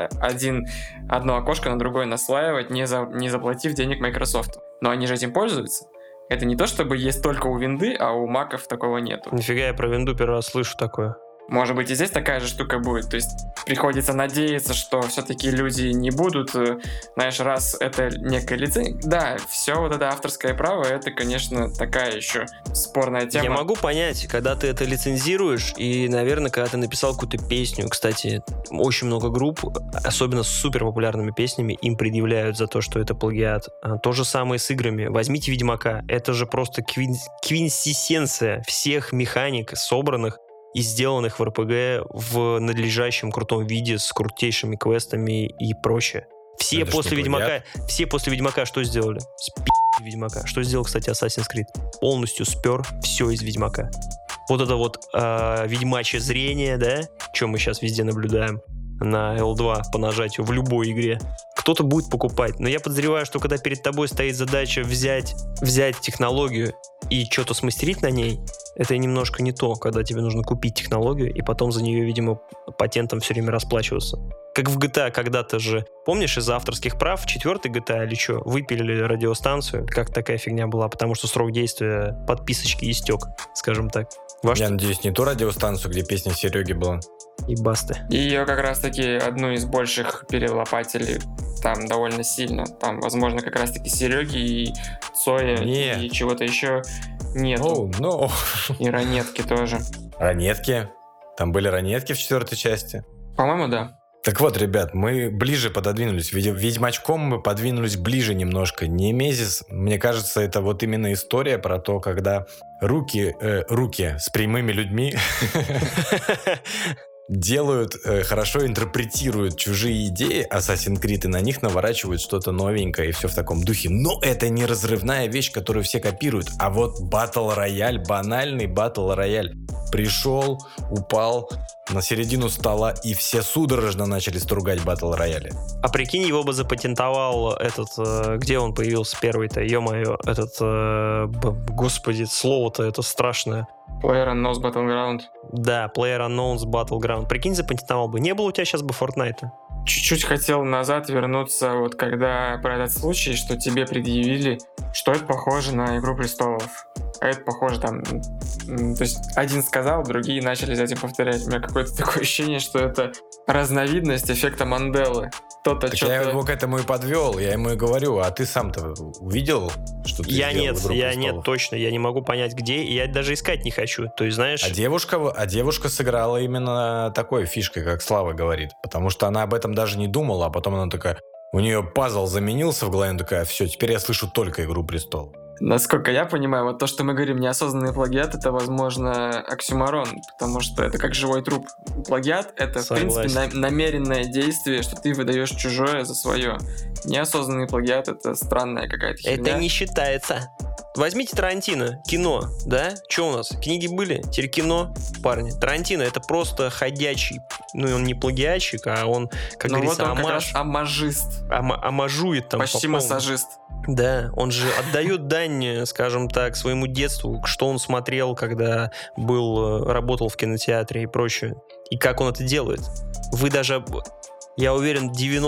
одно окошко на другое наслаивать, не заплатив денег Microsoft. Но они же этим пользуются. Это не то, чтобы есть только у винды, а у маков такого нету. Нифига, я про винду первый раз слышу такое. Может быть, и здесь такая же штука будет. То есть приходится надеяться, что все-таки люди не будут, знаешь, раз это некая лицензия. Да, все вот это авторское право, это, конечно, такая еще спорная тема. Я могу понять, когда ты это лицензируешь, и, наверное, когда ты написал какую-то песню, кстати, очень много групп, особенно с супер популярными песнями, им предъявляют за то, что это плагиат. То же самое с играми. Возьмите Ведьмака. Это же просто квинтэссенция всех механик, собранных и сделанных в РПГ в надлежащем крутом виде с крутейшими квестами и прочее. Все после Ведьмака что сделали? Ведьмака. Что сделал, кстати, Assassin's Creed? Полностью спер все из Ведьмака. Вот это вот ведьмачье зрение, да, что мы сейчас везде наблюдаем на L2 по нажатию в любой игре. Кто-то будет покупать. Но я подозреваю, что когда перед тобой стоит задача взять технологию и что-то смастерить на ней, это немножко не то, когда тебе нужно купить технологию и потом за нее, видимо, патентом все время расплачиваться. Как в GTA когда-то же, помнишь, из-за авторских прав 4-й GTA или что, выпилили радиостанцию, как такая фигня была, потому что срок действия подписочки истек, скажем так. Я надеюсь, не ту радиостанцию, где песня Сереги была. И басты. Ее как раз-таки одну из больших перелопатили там довольно сильно. Там, возможно, как раз-таки Сереги и Цоя и чего-то еще нету. No. И ранетки тоже. Ранетки? Там были ранетки в 4-й части? По-моему, да. Так вот, ребят, мы ближе пододвинулись. Ведьмачком мы подвинулись ближе немножко. Немезис, мне кажется, это вот именно история про то, когда руки с прямыми людьми делают, хорошо интерпретируют чужие идеи Assassin's Creed и на них наворачивают что-то новенькое и все в таком духе. Но это не разрывная вещь, которую все копируют. А вот Battle Royale, банальный Battle Royale. Пришел, упал на середину стола, и все судорожно начали стругать Battle Royale. А прикинь, его бы запатентовал этот... где он появился первый-то? Ё-моё, этот... господи, слово-то это страшное. PlayerUnknown's Battleground. Да, PlayerUnknown's Battleground. Прикинь, запатентовал бы. Не было у тебя сейчас бы Fortnite. Чуть-чуть хотел назад вернуться, вот когда про этот случай, что тебе предъявили, что это похоже на Игру Престолов. А это похоже там... То есть один сказал, другие начали за этим повторять. У меня какое-то такое ощущение, что это разновидность эффекта Манделы. Кто-то так я его к этому и подвел, я ему и говорю, а ты сам-то увидел, что ты Я нет, точно, я не могу понять, где, и я даже искать не хочу, то есть, знаешь... А девушка сыграла именно такой фишкой, как Слава говорит, потому что она об этом даже не думала, а потом она такая, у нее пазл заменился в голове, она такая, все, теперь я слышу только «Игру престолов». Насколько я понимаю, вот то, что мы говорим неосознанный плагиат, это, возможно, оксюморон, потому что это как живой труп. Плагиат — это, согласен, в принципе, намеренное действие, что ты выдаешь чужое за свое. Неосознанный плагиат — это странная какая-то херня. Это не считается. возьмите Тарантино, кино, да? Что у нас? Книги были, теперь кино, парни. Тарантино — это просто ходячий, ну, он не плагиатчик, а он, как говорится, вот он как раз амажист. Амажует там. Почти массажист. Да, он же отдает дань, скажем так, своему детству, что он смотрел, когда работал в кинотеатре и прочее. И как он это делает. Вы даже, я уверен,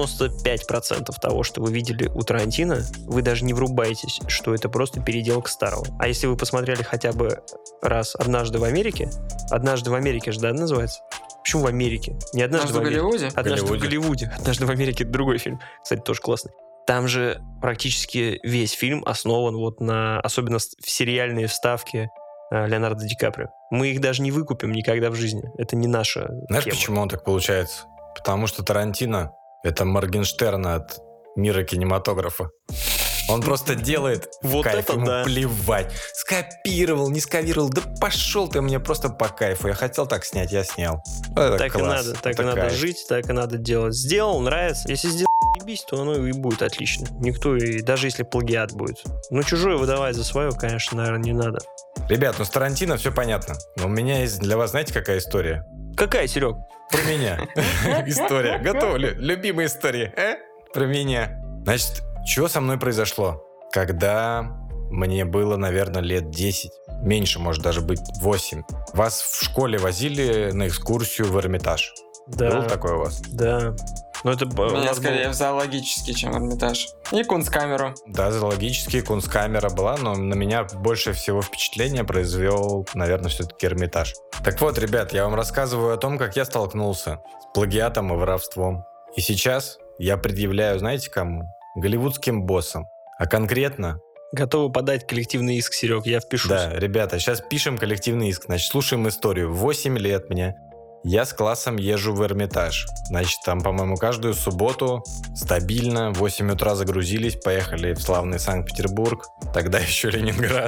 95% того, что вы видели у Тарантино, вы даже не врубаетесь, что это просто переделка старого. А если вы посмотрели хотя бы раз «Однажды в Америке», «Однажды в Америке» же, да, называется? Почему в Америке? Не «Однажды в Голливуде»? «Однажды в Голливуде». «Однажды в Америке» — это другой фильм. Кстати, тоже классный. Там же практически весь фильм основан вот на, особенно в сериальные вставки Леонардо Ди Каприо. Мы их даже не выкупим никогда в жизни. Это не наша Знаешь, тема. почему он так получается? Потому что Тарантино — это Моргенштерн от мира кинематографа. Он просто делает в кайф, ему плевать. Скопировал, не скопировал, да пошел ты, мне просто по кайфу. Я хотел так снять, я снял. Это так класс. И надо, так и надо жить, так и надо делать. Сделал, нравится. Если сделал ебись, то оно и будет отлично. Никто, и даже если плагиат будет. Ну, чужое выдавать за свое, конечно, наверное, не надо. Ребят, ну с Тарантино все понятно. Но у меня есть для вас, знаете, какая история? Какая, Серег? Про меня. История. Готовы? Любимая история. Про меня. Значит, что со мной произошло? Когда мне было, наверное, лет 10, меньше, может даже быть 8, вас в школе возили на экскурсию в Эрмитаж. Да. Был такой у вас? Да. Но это меня скорее в зоологический, чем в Эрмитаж. И Кунсткамеру. Да, зоологический, Кунсткамера была, но на меня больше всего впечатление произвел, наверное, все-таки Эрмитаж. Так вот, ребят, я вам рассказываю о том, как я столкнулся с плагиатом и воровством. И сейчас я предъявляю, знаете, кому? Голливудским боссам. А конкретно... Готовы подать коллективный иск, Серег, я впишусь. Да, ребята, сейчас пишем коллективный иск. Значит, слушаем историю. 8 лет мне. Я с классом езжу в Эрмитаж. Значит, там, по-моему, каждую субботу стабильно в 8 утра загрузились, поехали в славный Санкт-Петербург, тогда еще Ленинград,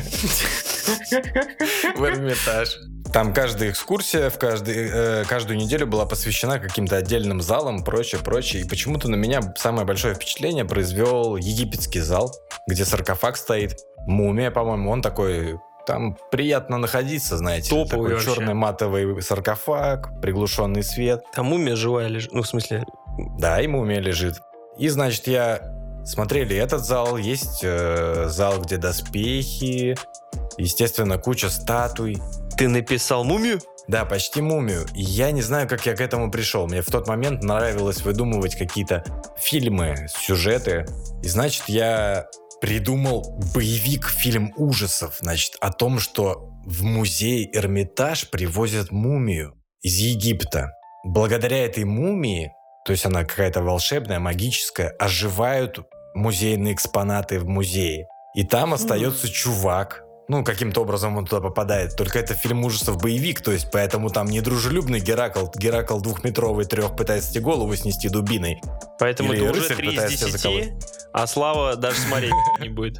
в Эрмитаж. Там каждая экскурсия каждую неделю была посвящена каким-то отдельным залам, прочее. И почему-то на меня самое большое впечатление произвел египетский зал, где саркофаг стоит. Мумия, по-моему, он такой... Там приятно находиться, знаете. Топовый такой черный матовый саркофаг, приглушенный свет. Там мумия живая лежит, ну, в смысле... Да, и мумия лежит. И, значит, смотрели этот зал, есть зал, где доспехи, естественно, куча статуй. Ты написал мумию? Да, почти мумию. И я не знаю, как я к этому пришел. Мне в тот момент нравилось выдумывать какие-то фильмы, сюжеты. И, значит, я... придумал боевик, фильм ужасов, значит, о том, что в музей Эрмитаж привозят мумию из Египта. Благодаря этой мумии, то есть она какая-то волшебная, магическая, оживают музейные экспонаты в музее. И там остается чувак. Ну, каким-то образом он туда попадает. Только это фильм ужасов боевик, то есть поэтому там не дружелюбный Геракл 2-метровый, 3 пытается тебе голову снести дубиной. Поэтому или ты уже 3 из 10, а Слава даже смотреть не будет.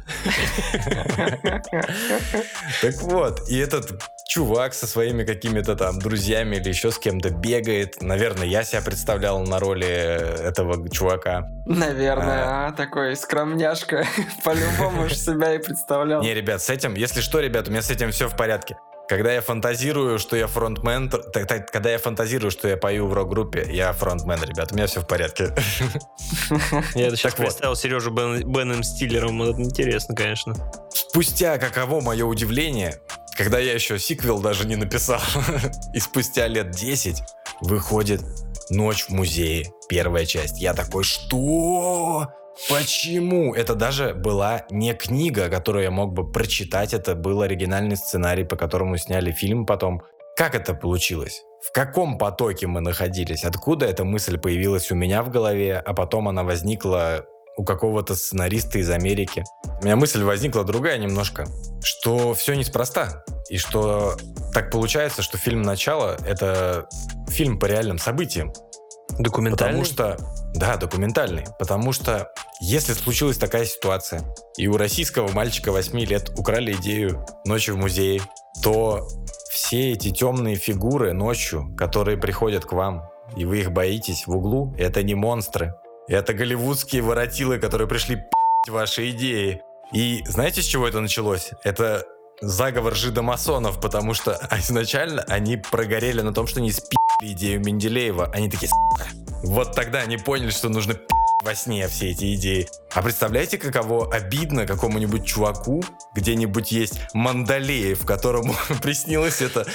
Так вот, и этот чувак со своими какими-то там друзьями или еще с кем-то бегает. Наверное, я себя представлял на роли этого чувака. Наверное, такой скромняшка. По-любому же себя и представлял. Не, ребят, с этим, если что, ребят, у меня с этим все в порядке. Когда я фантазирую, что я фронтмен, когда я фантазирую, что я пою в рок-группе, я фронтмен, ребят, у меня все в порядке. Я сейчас представил Сережу Беном Стиллером, это интересно, конечно. Спустя каково мое удивление, когда я еще сиквел даже не написал, и спустя лет 10 выходит «Ночь в музее», первая часть. Я такой, что? Почему? Это даже была не книга, которую я мог бы прочитать, это был оригинальный сценарий, по которому сняли фильм потом. Как это получилось? В каком потоке мы находились? Откуда эта мысль появилась у меня в голове, а потом она возникла у какого-то сценариста из Америки? У меня мысль возникла другая немножко, что все неспроста, и что так получается, что фильм «Начало» — это фильм по реальным событиям. Документальный? Потому что... Да, документальный. Потому что если случилась такая ситуация, и у российского мальчика 8 лет украли идею «Ночи в музее», то все эти темные фигуры ночью, которые приходят к вам, и вы их боитесь в углу, это не монстры. Это голливудские воротилы, которые пришли пи***ть ваши идеи. И знаете, с чего это началось? Это заговор жидомасонов, потому что изначально они прогорели на том, что не спи***ли идею Менделеева. Они такие, вот тогда они поняли, что нужно во сне все эти идеи. А представляете, каково обидно какому-нибудь чуваку, где-нибудь есть Мандалеев, которому приснилось это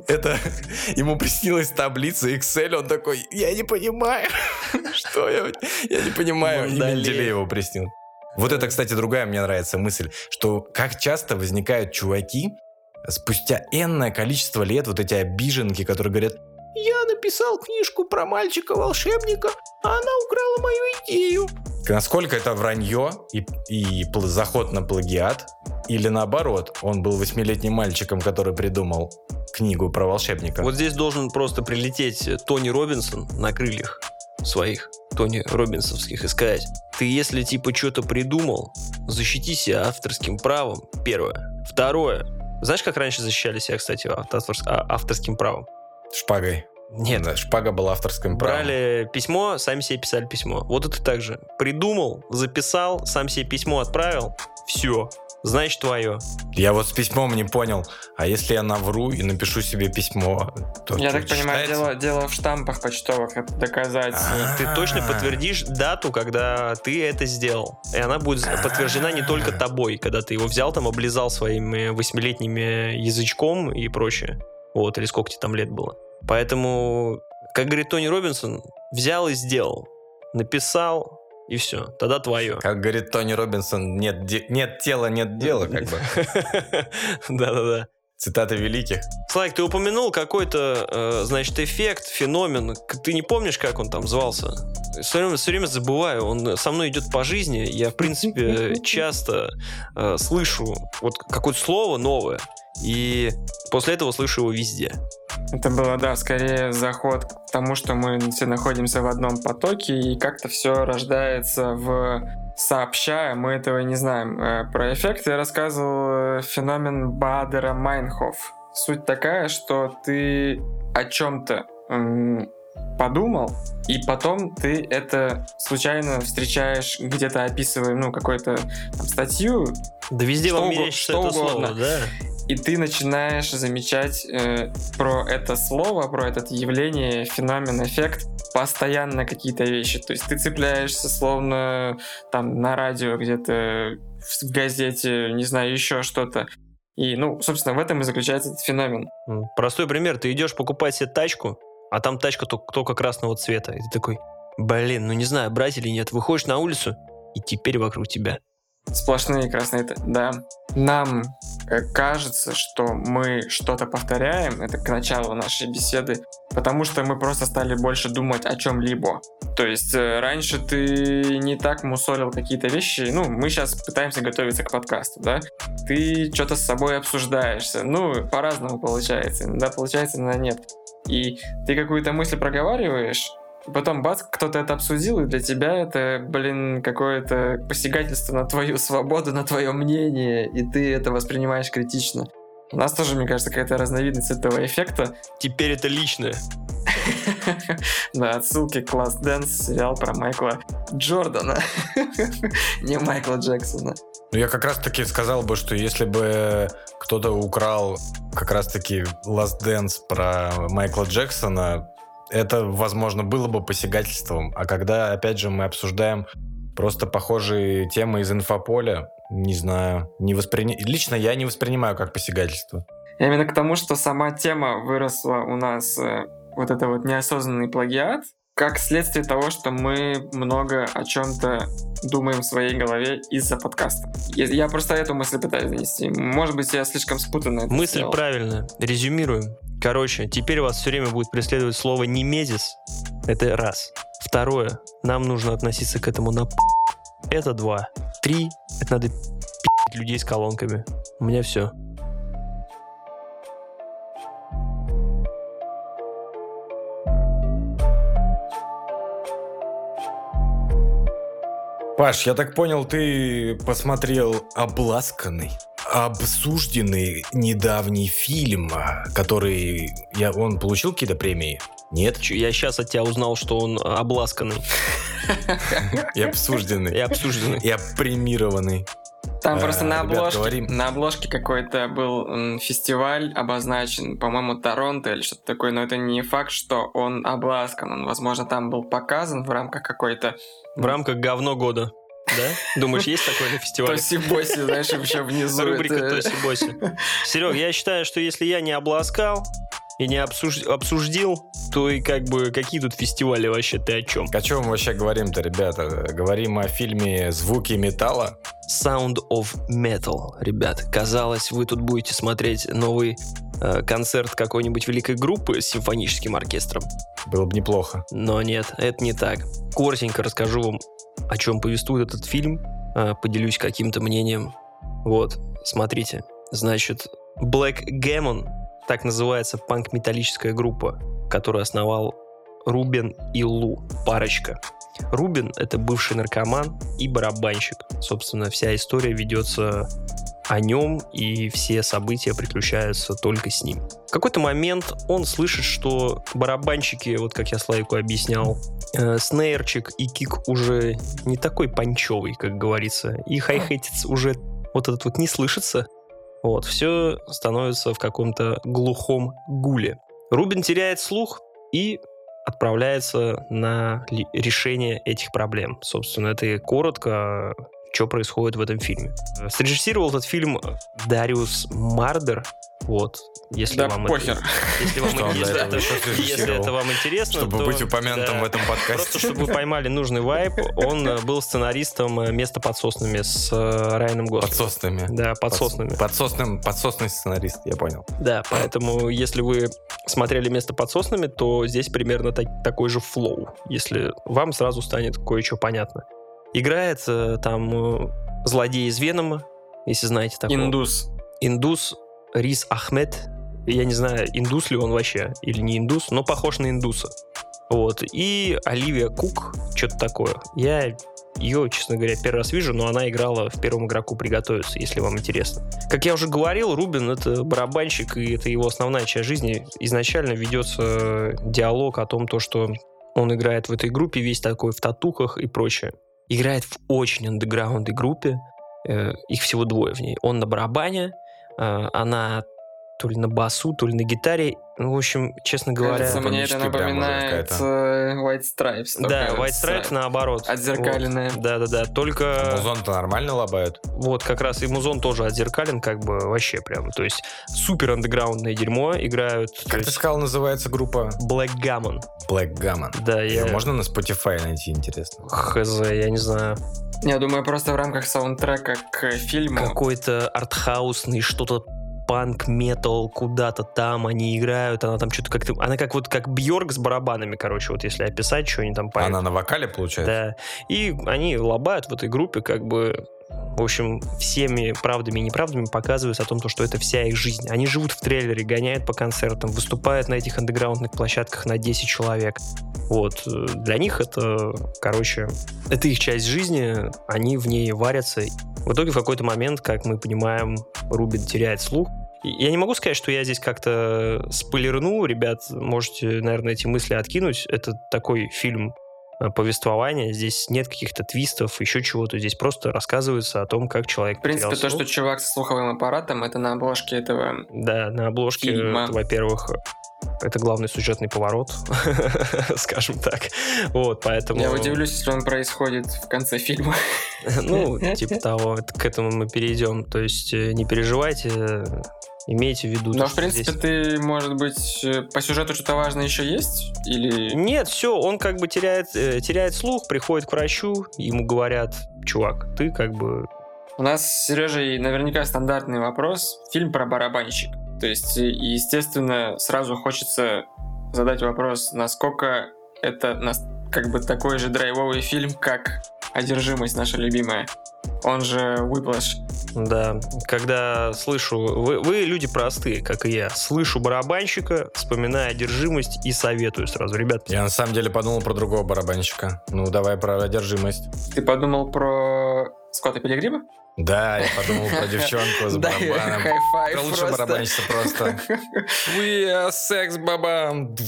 ему приснилась таблица Excel, он такой, я не понимаю, что я не понимаю, и Менделееву приснилось. Вот это, кстати, другая мне нравится мысль, что как часто возникают чуваки спустя энное количество лет, вот эти обиженки, которые говорят, я написал книжку про мальчика-волшебника, а она украла мою идею. Насколько это вранье и заход на плагиат, или наоборот, он был 8-летним мальчиком, который придумал книгу про волшебника. Вот здесь должен просто прилететь Тони Робинсон на крыльях своих, Тони Робинсовских, и сказать, ты если типа что-то придумал, защити себя авторским правом, первое. Второе, знаешь, как раньше защищали себя, кстати, авторским правом? Шпагой. Нет. Да, шпага была авторским правом. Брали письмо, сами себе писали письмо. Вот это так же. Придумал, записал, сам себе письмо отправил, все, значит твое. Я вот с письмом не понял, а если я навру и напишу себе письмо, то я так понимаю, дело в штампах почтовых, это доказать. Ты точно подтвердишь дату, когда ты это сделал. И она будет подтверждена не только тобой, когда ты его взял, там, облизал своим 8-летним язычком и прочее. Вот, или сколько тебе там лет было. Поэтому, как говорит Тони Робинсон, взял и сделал. Написал, и все. Тогда твое. Как говорит Тони Робинсон, нет тела, нет дела, как бы. Да-да-да. Цитаты великих. Слайк, ты упомянул какой-то, значит, эффект, феномен. Ты не помнишь, как он там звался? Все время забываю. Он со мной идет по жизни. Я, в принципе, часто слышу вот какое-то слово новое. И после этого слышу его везде. Это было, да, скорее заход к тому, что мы все находимся в одном потоке, и как-то все рождается сообща, мы этого не знаем. Про эффект я рассказывал феномен Баадера-Майнхоф. Суть такая, что ты о чем-то подумал, и потом ты это случайно встречаешь, где-то описывая, какую-то там статью. Да везде вам мерещится это слово, да. И ты начинаешь замечать про это слово, про это явление, феномен, эффект, постоянно какие-то вещи. То есть ты цепляешься словно там на радио где-то, в газете, не знаю, еще что-то. И, собственно, в этом и заключается этот феномен. Простой пример. Ты идешь покупать себе тачку, а там тачка только красного цвета. И ты такой, не знаю, брать или нет. Выходишь на улицу, и теперь вокруг тебя сплошные красные, да. Нам кажется, что мы что-то повторяем, это к началу нашей беседы, потому что мы просто стали больше думать о чем-либо. То есть раньше ты не так мусолил какие-то вещи, мы сейчас пытаемся готовиться к подкасту, да, ты что-то с собой обсуждаешься, по-разному получается, иногда получается, иногда нет. И ты какую-то мысль проговариваешь, потом бац, кто-то это обсудил, и для тебя это, какое-то посягательство на твою свободу, на твое мнение, и ты это воспринимаешь критично. У нас тоже, мне кажется, какая-то разновидность этого эффекта. Теперь это личное. Да, отсылки к Last Dance, сериал про Майкла Джордана, не Майкла Джексона. Я как раз-таки сказал бы, что если бы кто-то украл как раз-таки Last Dance про Майкла Джексона, это, возможно, было бы посягательством. А когда, опять же, мы обсуждаем просто похожие темы из инфополя, не знаю, лично я не воспринимаю как посягательство. Именно к тому, что сама тема выросла у нас, вот это вот неосознанный плагиат, как следствие того, что мы много о чем-то думаем в своей голове из-за подкаста. Я просто эту мысль пытаюсь донести. Может быть, я слишком спутанно это Мысль сделал. правильная. Резюмируем. Короче, теперь вас все время будет преследовать слово «немезис». Это раз. Второе. Нам нужно относиться к этому на Это 2. 3. Это надо людей с колонками. У меня все. Паш, я так понял, ты посмотрел обласканный, обсужденный недавний фильм, который... Он получил какие-то премии? Нет? Я сейчас от тебя узнал, что он обласканный. И обсужденный. И обсужденный. И опремированный. Там просто на ребят, обложке какой-то был фестиваль обозначен, по-моему, Торонто или что-то такое, но это не факт, что он обласкан. Он, возможно, там был показан в рамках какой-то... В рамках говно года. Да? Думаешь, есть такое на фестивале? Тоси-боси, знаешь, еще внизу. Рубрика Тоси-боси. Серег, я считаю, что если я не обласкал и не обсудил, то и как бы какие тут фестивали вообще, ты о чем? О чем мы вообще говорим-то, ребята? Говорим о фильме «Звуки металла». Sound of Metal, ребят. Казалось, вы тут будете смотреть новый концерт какой-нибудь великой группы с симфоническим оркестром. Было бы неплохо. Но нет, это не так. Коротенько расскажу вам, о чем повествует этот фильм, поделюсь каким-то мнением. Вот, смотрите. Значит, Black Gammon, так называется панк-металлическая группа, которую основал Рубен и Лу, парочка. Рубен — это бывший наркоман и барабанщик. Собственно, вся история ведется о нем, и все события приключаются только с ним. В какой-то момент он слышит, что барабанщики, вот как я Славику объяснял, снейрчик и кик уже не такой панчевый, как говорится, и хай-хетец уже вот этот вот не слышится. Вот, все становится в каком-то глухом гуле. Рубен теряет слух и отправляется на решение этих проблем. Собственно, это и коротко, что происходит в этом фильме. Срежиссировал этот фильм Дариус Мардер. Вот, если да вам похер. Если это вам интересно, чтобы быть упомянутым в этом подкасте. Просто чтобы вы поймали нужный вайб, он был сценаристом «Место под соснами» с Райаном Гослингом. Подсоснами. Да, подсоснами. Подсосный сценарист, я понял. Да, поэтому если вы смотрели «Место под соснами», то здесь примерно такой же флоу, если вам сразу станет кое-что понятно. Играет там злодей из Венома, если знаете такого. Индус Риз Ахмед. Я не знаю, индус ли он вообще или не индус, но похож на индуса. Вот. И Оливия Кук, что-то такое. Я ее, честно говоря, первый раз вижу, но она играла в «Первому игроку приготовиться», если вам интересно. Как я уже говорил, Рубен — это барабанщик, и это его основная часть жизни. Изначально ведется диалог о том, что он играет в этой группе, весь такой в татухах и прочее. Играет в очень андеграундной группе. Их всего двое в ней. Он на барабане, она то ли на басу, то ли на гитаре. Ну, в общем, честно говоря... Кажется, мне это напоминает White Stripes. Да, White Stripes наоборот. Отзеркаленная. Вот. Да. Только... Музон-то нормально лобают. Вот, как раз и музон тоже отзеркален, как бы вообще прям. То есть супер андеграундное дерьмо играют. Как ты сказал, называется группа? Black Gammon. Black Gammon. Да, Ее можно на Spotify найти, интересно? Хз, я не знаю. Я думаю, просто в рамках саундтрека к фильму. Какой-то артхаусный, что-то панк-метал, куда-то там они играют, она там что-то как-то... Она как Бьорк с барабанами, короче, вот если описать, что они там поют. Она на вокале, получается? Да. И они лобают в этой группе, как бы, в общем, всеми правдами и неправдами показывают о том, что это вся их жизнь. Они живут в трейлере, гоняют по концертам, выступают на этих андеграундных площадках на 10 человек. Вот. Для них это, короче, это их часть жизни, они в ней варятся. В итоге в какой-то момент, как мы понимаем, Рубен теряет слух. Я не могу сказать, что я здесь как-то спойлерну. Ребят, можете, наверное, эти мысли откинуть. Это такой фильм повествования. Здесь нет каких-то твистов, еще чего-то. Здесь просто рассказывается о том, как человек потерял слух. В принципе, то, что чувак со слуховым аппаратом, это на обложке этого Да, на обложке, фильма. Во-первых, это главный сюжетный поворот, скажем так. Вот, поэтому... Я удивлюсь, если он происходит в конце фильма. Ну, типа того. К этому мы перейдем. То есть не переживайте, имейте в виду. Но, в принципе, ты, может быть, по сюжету что-то важное еще есть? Или... Нет, все, он как бы теряет слух, приходит к врачу, ему говорят: чувак, ты как бы... У нас с Сережей наверняка стандартный вопрос. Фильм про барабанщик. То есть, естественно, сразу хочется задать вопрос, насколько это как бы такой же драйвовый фильм, как «Одержимость» наша любимая. Он же Whiplash. Да, когда слышу... Вы люди простые, как и я. Слышу барабанщика, вспоминаю «Одержимость» и советую сразу. Ребят... Я на самом деле подумал про другого барабанщика. Ну, давай про «Одержимость». Ты подумал про Скотта Пилигрима? Да, я подумал про девчонку с барабаном. Про лучшую барабанщицу просто. We are sex, бабам.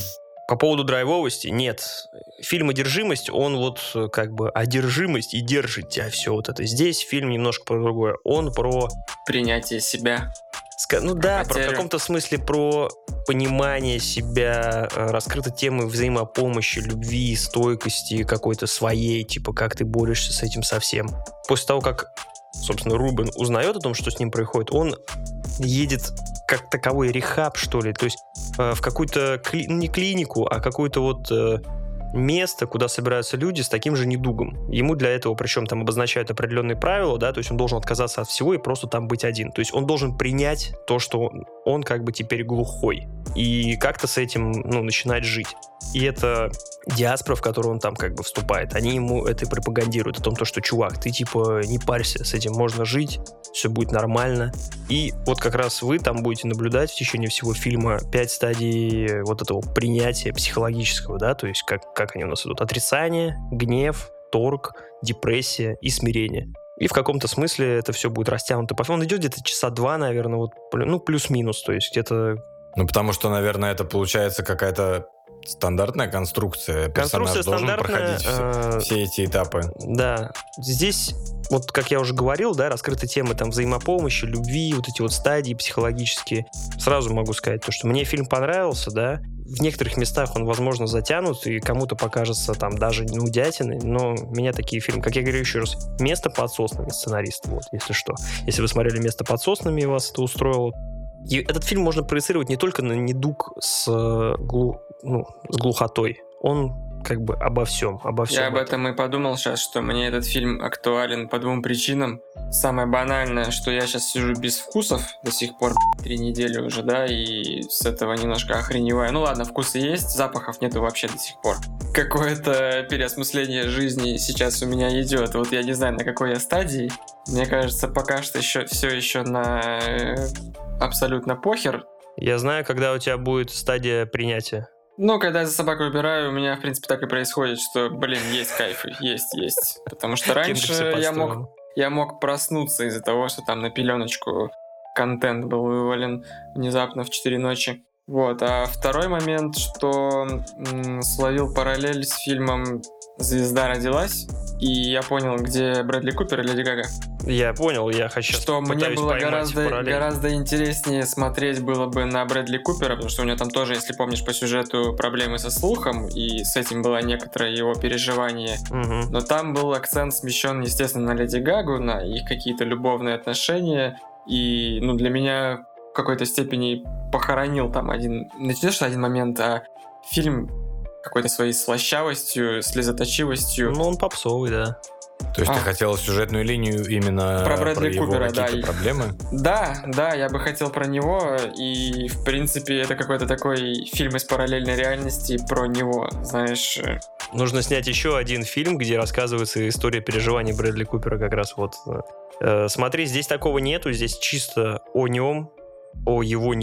По поводу драйвовости, нет. Фильм «Одержимость», он вот как бы одержимость и держит тебя все вот это. Здесь фильм немножко про другое. Он про... Принятие себя. Ну да, в каком-то смысле про понимание себя, раскрыта тема взаимопомощи, любви, стойкости какой-то своей, типа как ты борешься с этим совсем. После того, как, собственно, Рубен узнает о том, что с ним происходит, он едет как таковой рехаб, что ли, то есть в какую-то, не клинику, а какую-то вот место, куда собираются люди с таким же недугом. Ему для этого, причем там обозначают определенные правила, да, то есть он должен отказаться от всего и просто там быть один. То есть он должен принять то, что он как бы теперь глухой. И как-то с этим, начинать жить. И это диаспора, в которую он там как бы вступает, они ему это и пропагандируют, о том, что, чувак, ты типа не парься, с этим можно жить, все будет нормально. И вот как раз вы там будете наблюдать в течение всего фильма 5 стадий вот этого принятия психологического, да, то есть как они у нас идут. Отрицание, гнев, торг, депрессия и смирение. И в каком-то смысле это все будет растянуто. Он идет где-то часа 2, наверное, вот, плюс-минус, то есть где-то... потому что, наверное, это получается какая-то стандартная конструкция. Персонаж должен проходить все эти этапы. Да. Здесь, вот как я уже говорил, да, раскрыты темы там взаимопомощи, любви, вот эти вот стадии психологические. Сразу могу сказать, то, что мне фильм понравился, да. В некоторых местах он, возможно, затянут, и кому-то покажется там даже нудятиной, но меня такие фильмы, как я говорю еще раз, «Место под соснами» сценарист, вот, если что. Если вы смотрели «Место под соснами» и вас это устроило, и этот фильм можно проецировать не только на недуг с глухотой. Он как бы обо всем. Я об этом и подумал сейчас, что мне этот фильм актуален по 2 причинам. Самое банальное, что я сейчас сижу без вкусов до сих пор 3 недели уже, да, и с этого немножко охреневаю. Ну ладно, вкусы есть, запахов нету вообще до сих пор. Какое-то переосмысление жизни сейчас у меня идет. Вот я не знаю, на какой я стадии. Мне кажется, пока что все еще на абсолютно похер. Я знаю, когда у тебя будет стадия принятия. Когда я за собакой убираю, у меня, в принципе, так и происходит, что, есть кайфы, есть. Потому что раньше я мог проснуться из-за того, что там на пеленочку контент был вывален внезапно в 4 ночи. Вот. А второй момент, что словил параллель с фильмом «Звезда родилась», и я понял, где Брэдли Купер и Леди Гага. Я понял, я хочу что мне было гораздо интереснее смотреть было бы на Брэдли Купера, потому что у него там тоже, если помнишь, по сюжету проблемы со слухом, и с этим было некоторое его переживание. Угу. Но там был акцент смещен, естественно, на Леди Гагу, на их какие-то любовные отношения, и, для меня в какой-то степени похоронил там один момент, а фильм какой-то своей слащавостью, слезоточивостью. Он попсовый, да. То есть ты хотел сюжетную линию именно про Брэдли Купера, его какие-то проблемы? Да, я бы хотел про него, и в принципе это какой-то такой фильм из параллельной реальности про него, знаешь. Нужно снять еще один фильм, где рассказывается история переживаний Брэдли Купера как раз вот. Смотри, здесь такого нету, здесь чисто о нем, о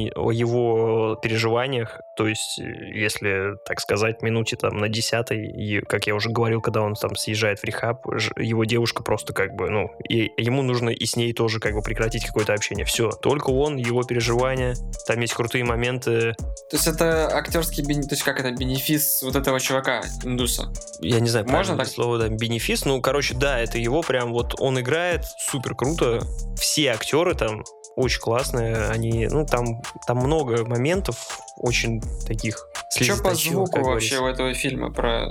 его переживаниях, то есть, если, так сказать, минуте там на 10-й, как я уже говорил, когда он там съезжает в рехаб, его девушка просто как бы, и ему нужно и с ней тоже как бы прекратить какое-то общение. Все, только он, его переживания, там есть крутые моменты. То есть это актерский, то есть как это, бенефис вот этого чувака, индуса? Я не знаю, можно так слово, да, бенефис, да, это его прям вот, он играет супер круто, все актеры там очень классные, они, там много моментов очень таких слезоточивых. Что по звуку вообще у этого фильма?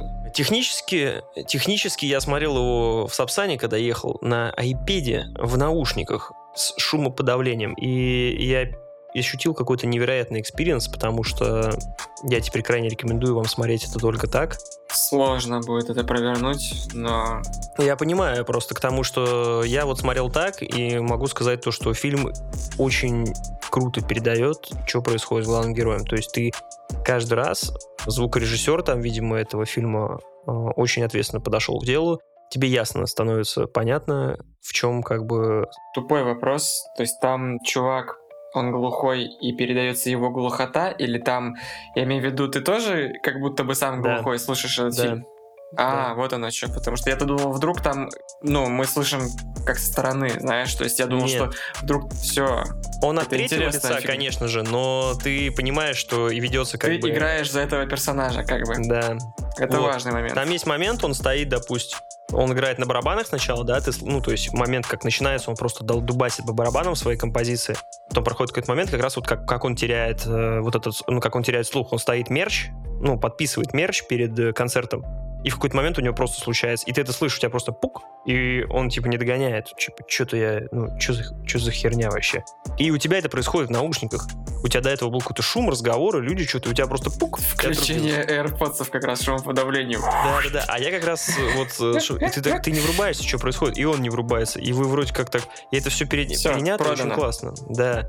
Технически я смотрел его в Сапсане, когда ехал, на айпеде в наушниках с шумоподавлением, и я ощутил какой-то невероятный экспириенс, потому что я теперь крайне рекомендую вам смотреть это только так. Сложно будет это провернуть, но... Я понимаю, просто к тому, что я вот смотрел так, и могу сказать то, что фильм очень круто передает, что происходит с главным героем. То есть ты каждый раз, звукорежиссер там, видимо, этого фильма очень ответственно подошел к делу, тебе ясно становится понятно, в чем как бы... Тупой вопрос, то есть там чувак, он глухой и передается его глухота, или там, я имею в виду, ты тоже как будто бы сам глухой слушаешь этот фильм? Вот оно что. Потому что я-то думал, вдруг там, мы слышим как со стороны, знаешь, то есть я думал, что вдруг все. Он от третьего лица, конечно же, но ты понимаешь, что и ведется как бы... Ты играешь за этого персонажа, как бы. Да. Это важный момент. Там есть момент, он стоит, допустим, он играет на барабанах сначала, да, то есть момент, как начинается, он просто дубасит по барабанам своей композиции. Потом проходит какой-то момент, как раз вот как он теряет как он теряет слух. Он стоит мерч, подписывает мерч перед концертом, и в какой-то момент у него просто случается, и ты это слышишь, у тебя просто пук, и он не догоняет, что-то что за херня вообще. И у тебя это происходит в наушниках. У тебя до этого был какой-то шум, разговоры, люди что-то, у тебя просто пук. Включение AirPods как раз шумоподавлением. Да. А я как раз ты не врубаешься, что происходит, и он не врубается, и вы вроде как так, и это все перенято, очень классно. Да.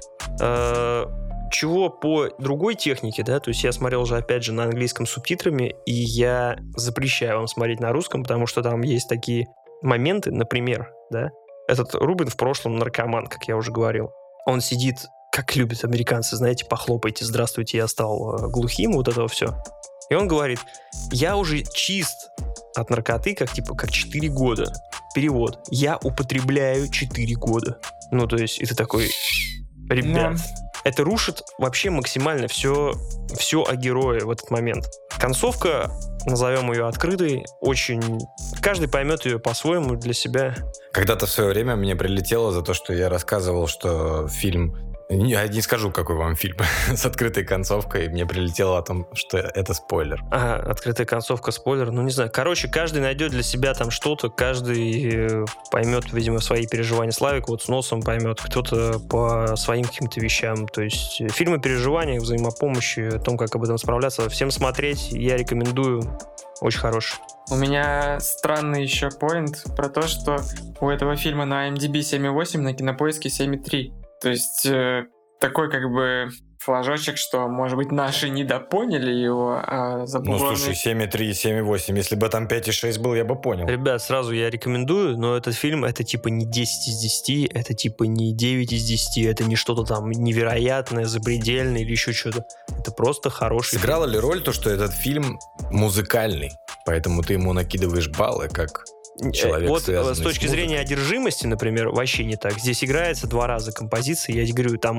Чего по другой технике, да, то есть я смотрел уже, опять же, на английском с субтитрами, и я запрещаю вам смотреть на русском, потому что там есть такие моменты, например, да, этот Рубин в прошлом наркоман, как я уже говорил, он сидит, как любят американцы, знаете, похлопайте, здравствуйте, я стал глухим, вот это все. И он говорит, я уже чист от наркоты, как 4 года. Перевод, я употребляю 4 года. То есть, это такой, ребят... Это рушит вообще максимально все о герое в этот момент. Концовка, назовем ее открытой, очень... Каждый поймет ее по-своему для себя. Когда-то в свое время мне прилетело за то, что я рассказывал, что фильм... Я не скажу, какой вам фильм с открытой концовкой. Мне прилетело о том, что это спойлер. Открытая концовка, спойлер. Не знаю. Короче, каждый найдет для себя там что-то, каждый поймет, видимо, свои переживания. Славик с носом поймет, кто-то по своим каким-то вещам. То есть фильмы о переживаниях, взаимопомощи, о том, как об этом справляться. Всем смотреть я рекомендую. Очень хороший. У меня странный еще поинт про то, что у этого фильма на IMDb 7.8, на Кинопоиске 7.3. То есть такой как бы флажочек, что, может быть, наши недопоняли его, а забугорные... слушай, 7.3 и 7.8, если бы там 5.6 был, я бы понял. Ребят, сразу я рекомендую, но этот фильм, это не 10 из 10, это не 9 из 10, это не что-то там невероятное, запредельное или еще что-то. Это просто хороший Сыграло ли роль то, что этот фильм музыкальный, поэтому ты ему накидываешь баллы, как... Человек, с точки зрения одержимости, например, вообще не так. Здесь играется 2 раза композиция. Я говорю, там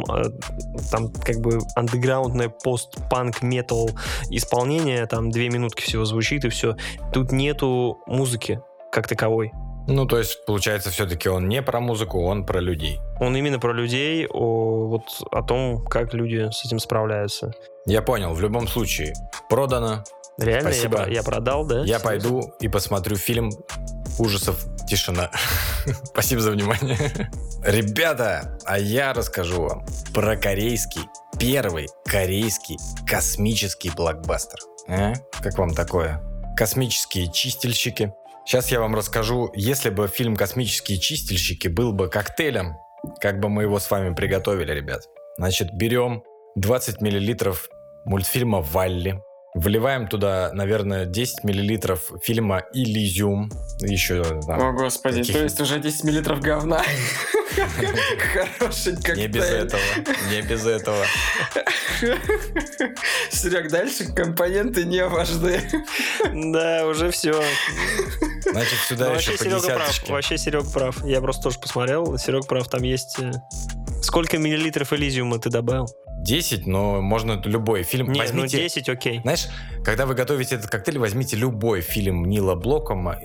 как бы андеграундное пост-панк-метал исполнение, там 2 минутки всего звучит и все. Тут нету музыки как таковой. То есть, получается, все-таки он не про музыку, он про людей. Он именно про людей, о том, как люди с этим справляются. Я понял, в любом случае, продано. Реально? Спасибо. Я продал, да? Я пойду и посмотрю фильм ужасов «Тишина». Спасибо за внимание. Ребята, а я расскажу вам про первый корейский космический блокбастер. Как вам такое? Космические чистильщики. Сейчас я вам расскажу, если бы фильм «Космические чистильщики» был бы коктейлем, как бы мы его с вами приготовили, ребят. Значит, берем 20 миллилитров мультфильма «Валли», вливаем туда, наверное, 10 миллилитров фильма «Элизиум». Еще там... О, господи, то есть уже 10 миллилитров говна. Хороший коктейль. Не без этого. Серег, дальше компоненты не важны. Да, уже все. Значит, сюда еще по десяточке. Вообще Серег прав. Я просто тоже посмотрел. Серег прав, там есть... Сколько миллилитров «Элизиума» ты добавил? 10, но можно любой фильм. Нет, 10, окей. Знаешь, когда вы готовите этот коктейль, возьмите любой фильм Нила Бломкомпа.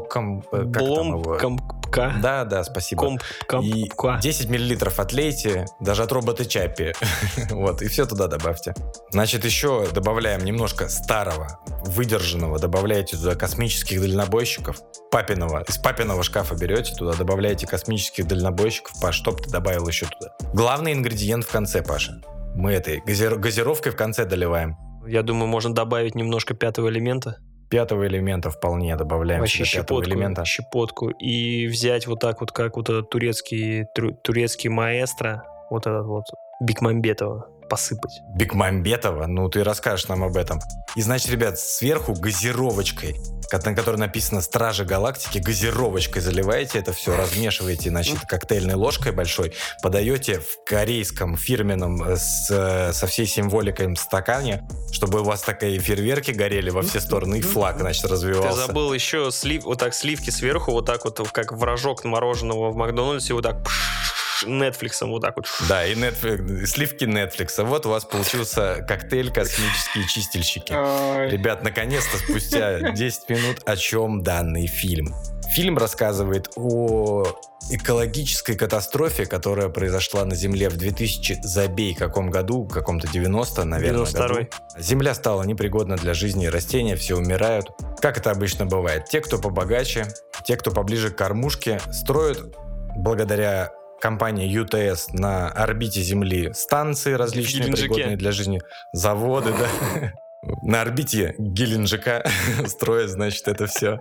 Да, спасибо. И 10 миллилитров отлейте, даже от робота Чаппи. Вот, и все туда добавьте. Значит, еще добавляем немножко старого, выдержанного, добавляете туда космических дальнобойщиков. Из папиного шкафа берете, туда добавляете космических дальнобойщиков. Паш, что бы ты добавил еще туда? Главный ингредиент в конце, Паша. Мы этой газировкой в конце доливаем. Я думаю, можно добавить немножко 5-го элемента. 5-го элемента вполне добавляем. Вообще щепотку. И взять вот так вот, как вот этот турецкий маэстро, вот этот вот Бекмамбетова. посыпать. Бекмамбетова? Ну, ты расскажешь нам об этом. И, значит, ребят, сверху газировочкой, на которой написано «Стражи Галактики», газировочкой заливаете это все, размешиваете, значит, коктейльной ложкой большой, подаете в корейском фирменном со всей символикой стакане, чтобы у вас такие фейерверки горели во все стороны, и флаг, значит, развивался. Ты забыл еще вот так сливки сверху, вот так вот, как вражок мороженого в Макдональдсе, вот так Нетфликсом вот так вот. Да, и сливки Нетфликса. Вот у вас получился коктейль «Космические чистильщики». Ребят, наконец-то, спустя 10 минут, о чем данный фильм? Фильм рассказывает о экологической катастрофе, которая произошла на Земле в 2000, забей, каком году, каком-то 90, наверное, 92-й. Году. Земля стала непригодна для жизни, растения все умирают. Как это обычно бывает? Те, кто побогаче, те, кто поближе к кормушке, строят благодаря компания ЮТС на орбите Земли станции различные, пригодные для жизни, заводы, да. На орбите Геленджика строят, значит, это все.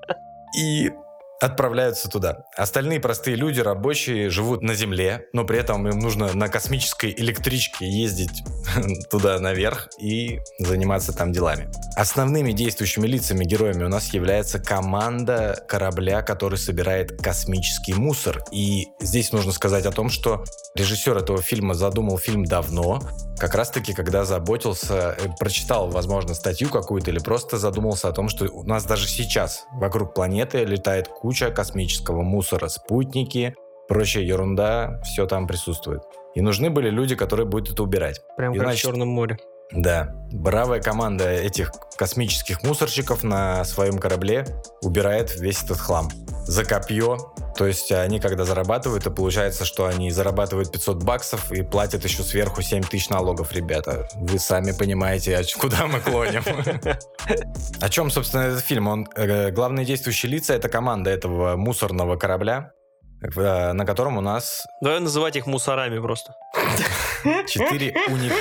И отправляются туда. Остальные простые люди, рабочие, живут на Земле, но при этом им нужно на космической электричке ездить туда наверх и заниматься там делами. Основными действующими лицами, героями у нас является команда корабля, который собирает космический мусор. И здесь нужно сказать о том, что режиссер этого фильма задумал фильм давно, как раз-таки, когда заботился, прочитал, возможно, статью какую-то или просто задумался о том, что у нас даже сейчас вокруг планеты летает куча космического мусора, спутники, прочая ерунда, все там присутствует. И нужны были люди, которые будут это убирать. Прям как в Черном море. Да, бравая команда этих космических мусорщиков на своем корабле убирает весь этот хлам за копье. То есть они, когда зарабатывают, то получается, что они зарабатывают $500 и платят еще сверху 7 тысяч налогов, ребята. Вы сами понимаете, куда мы клоним. О чем, собственно, этот фильм? Главные действующие лица — это команда этого мусорного корабля, на котором у нас... Давай называть их мусорами просто. 4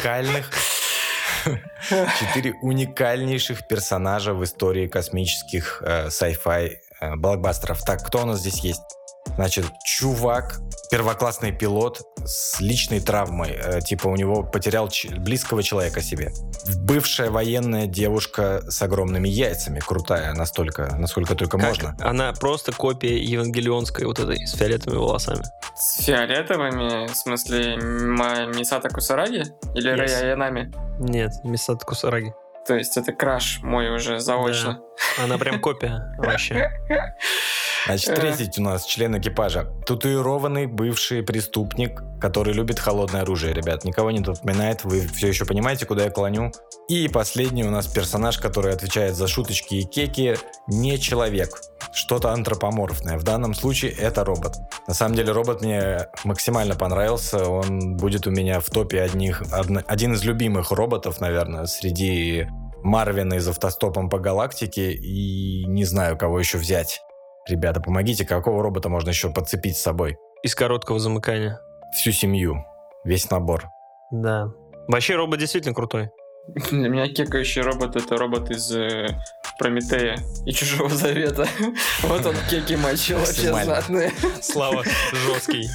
уникальнейших персонажа в истории космических sci-fi блокбастеров. Так, кто у нас здесь есть? Значит, чувак, первоклассный пилот с личной травмой. Типа у него потерял близкого человека себе. Бывшая военная девушка с огромными яйцами. Крутая настолько, насколько только можно. Она просто копия евангелионской вот этой, с фиолетовыми волосами. С фиолетовыми? В смысле, Мисата Кусараги? Или Рэй Аянами? Нет, Мисата Кусараги. То есть это краш мой уже заочно. Да. Она прям копия вообще. Значит, третий у нас член экипажа. Татуированный бывший преступник, который любит холодное оружие, ребят. Никого не напоминает, вы все еще понимаете, куда я клоню. И последний у нас персонаж, который отвечает за шуточки и кеки, не человек. Что-то антропоморфное. В данном случае это робот. На самом деле робот мне максимально понравился. Он будет у меня в топе один из любимых роботов, наверное, среди Марвина из «Автостопом по галактике». И не знаю, кого еще взять. Ребята, помогите, какого робота можно еще подцепить с собой? Из короткого замыкания. Всю семью. Весь набор. Да. Вообще робот действительно крутой. Для меня кекающий робот — это робот из Прометея и Чужого Завета. Вот он кеки мочил вообще знатные. Слава жесткий.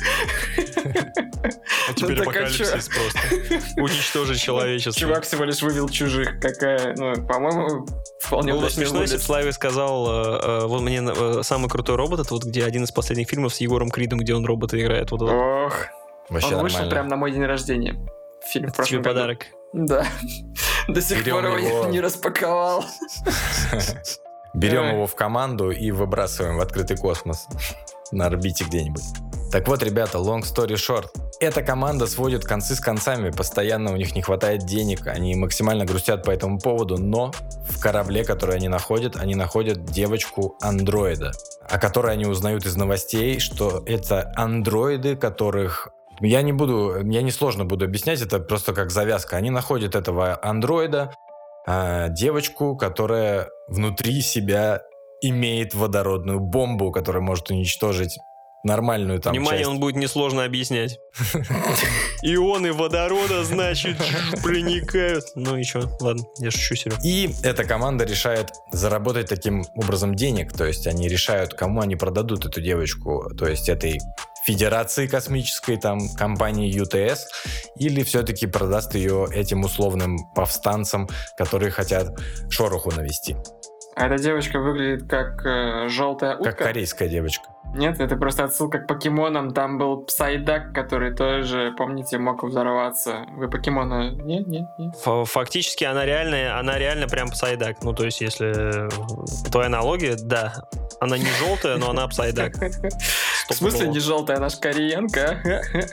А теперь апокалипсис просто. Уничтожить человечество. Чувак всего лишь вывел чужих. Какая, по-моему, вполне было смешно, если бы Славе сказал, вот мне самый крутой робот, это вот где один из последних фильмов с Егором Кридом, где он робота играет. Вот ох, вообще он вышел прям на мой день рождения. Фильм в прошлом году. Подарок. Да. До сих пор его не распаковал. Берем его в команду и выбрасываем в открытый космос. На орбите где-нибудь. Так вот, ребята, long story short. Эта команда сводит концы с концами. Постоянно у них не хватает денег. Они максимально грустят по этому поводу. Но в корабле, который они находят девочку-андроида, о которой они узнают из новостей, что это андроиды, которых... Я несложно буду объяснять, это просто как завязка. Они находят этого андроида, девочку, которая внутри себя имеет водородную бомбу, которая может уничтожить нормальную там Внимание, часть. Он будет несложно объяснять. Ионы водорода, значит, проникают. Ну и что, ладно, я шучу, Серега. И эта команда решает заработать таким образом денег. То есть они решают, кому они продадут эту девочку, то есть этой Федерации космической, там, компании UTS, или все-таки продаст ее этим условным повстанцам, которые хотят шороху навести. А эта девочка выглядит как желтая утка? Как корейская девочка. Нет, это просто отсылка к покемонам. Там был Псайдак, который тоже, помните, мог взорваться. Вы покемона... Нет. Фактически она реально прям Псайдак. Ну, то есть, если твоя аналогия, да. Она не желтая, но она Псайдак. В смысле не желтая, она ж кореянка?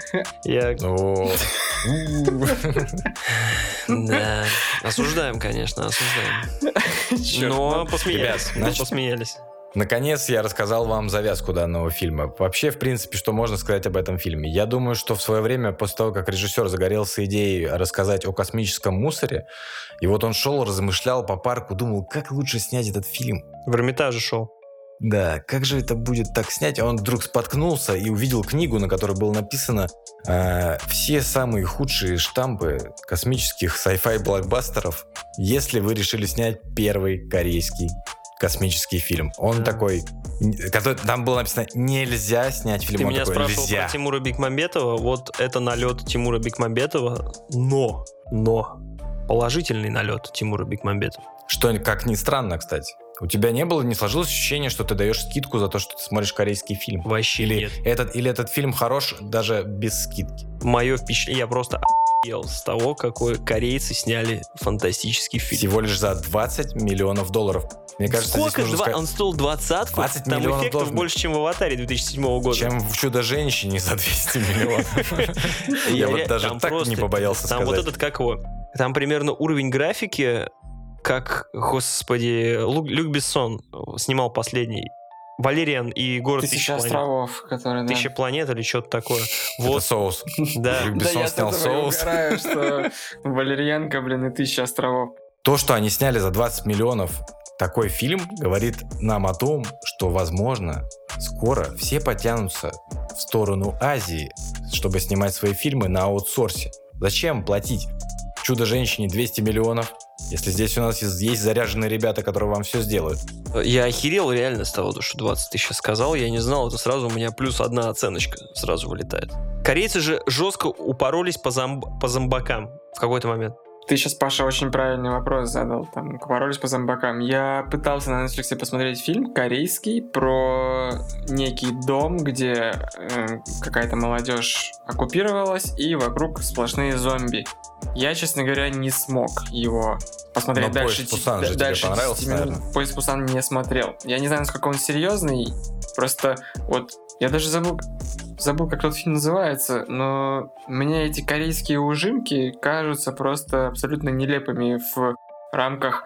Да. Осуждаем, конечно, осуждаем. Но посмеялись. Наконец я рассказал вам завязку данного фильма. Вообще, в принципе, что можно сказать об этом фильме? Я думаю, что в свое время, после того, как режиссер загорелся идеей рассказать о космическом мусоре, и вот он шел, размышлял по парку, думал, как лучше снять этот фильм. В Эрмитаже шел. Да, как же это будет так снять? А он вдруг споткнулся и увидел книгу, на которой было написано все самые худшие штампы космических sci-fi блокбастеров, если вы решили снять первый корейский космический фильм. Он такой... Там было написано «Нельзя снять фильм». Ты он меня такой, спрашивал нельзя. про Тимура Бекмамбетова. Вот это налет Тимура Бекмамбетова, но положительный налет Тимура Бекмамбетова. Что, как ни странно, кстати. У тебя не сложилось ощущение, что ты даешь скидку за то, что ты смотришь корейский фильм? Вообще нет. Этот фильм хорош даже без скидки? Мое впечатление, я просто охуел с того, какой корейцы сняли фантастический фильм. Всего лишь за $20 миллионов. Мне кажется, сколько? Он стоил 20? 20 Там миллионов эффектов долларов. Больше, чем в «Аватаре» 2007 года. Чем в «Чудо-женщине» за 200 миллионов. Я вот даже так не побоялся сказать. Там вот этот, как его... Там примерно уровень графики, как, господи, Люк Бессон снимал последний. «Валериан» и «Город 1000 островов», который... 1000 планет или что-то такое. Это «Соус». Да. Люк Бессон снял «Соус». Я угораю, что «Валерьянка», и 1000 островов. То, что они сняли за 20 миллионов такой фильм, говорит нам о том, что, возможно, скоро все потянутся в сторону Азии, чтобы снимать свои фильмы на аутсорсе. Зачем платить «Чудо-женщине» 200 миллионов, если здесь у нас есть заряженные ребята, которые вам все сделают? Я охерел реально с того, что 20 ты сейчас сказал. Я не знал, это сразу у меня плюс 1 оценочка сразу вылетает. Корейцы же жестко упоролись по зомбакам в какой-то момент. Ты сейчас, Паша, очень правильный вопрос задал. Там, упоролись по зомбакам. Я пытался на Netflix посмотреть фильм корейский про некий дом, где какая-то молодежь оккупировалась, и вокруг сплошные зомби. Я, честно говоря, не смог его посмотреть. Но дальше. «Поезд в Пусан» же тебе понравился, наверное? «Поезд в Пусан» не смотрел. Я не знаю, насколько он серьезный. Просто вот я даже забыл, как тот фильм называется, но мне эти корейские ужимки кажутся просто абсолютно нелепыми в рамках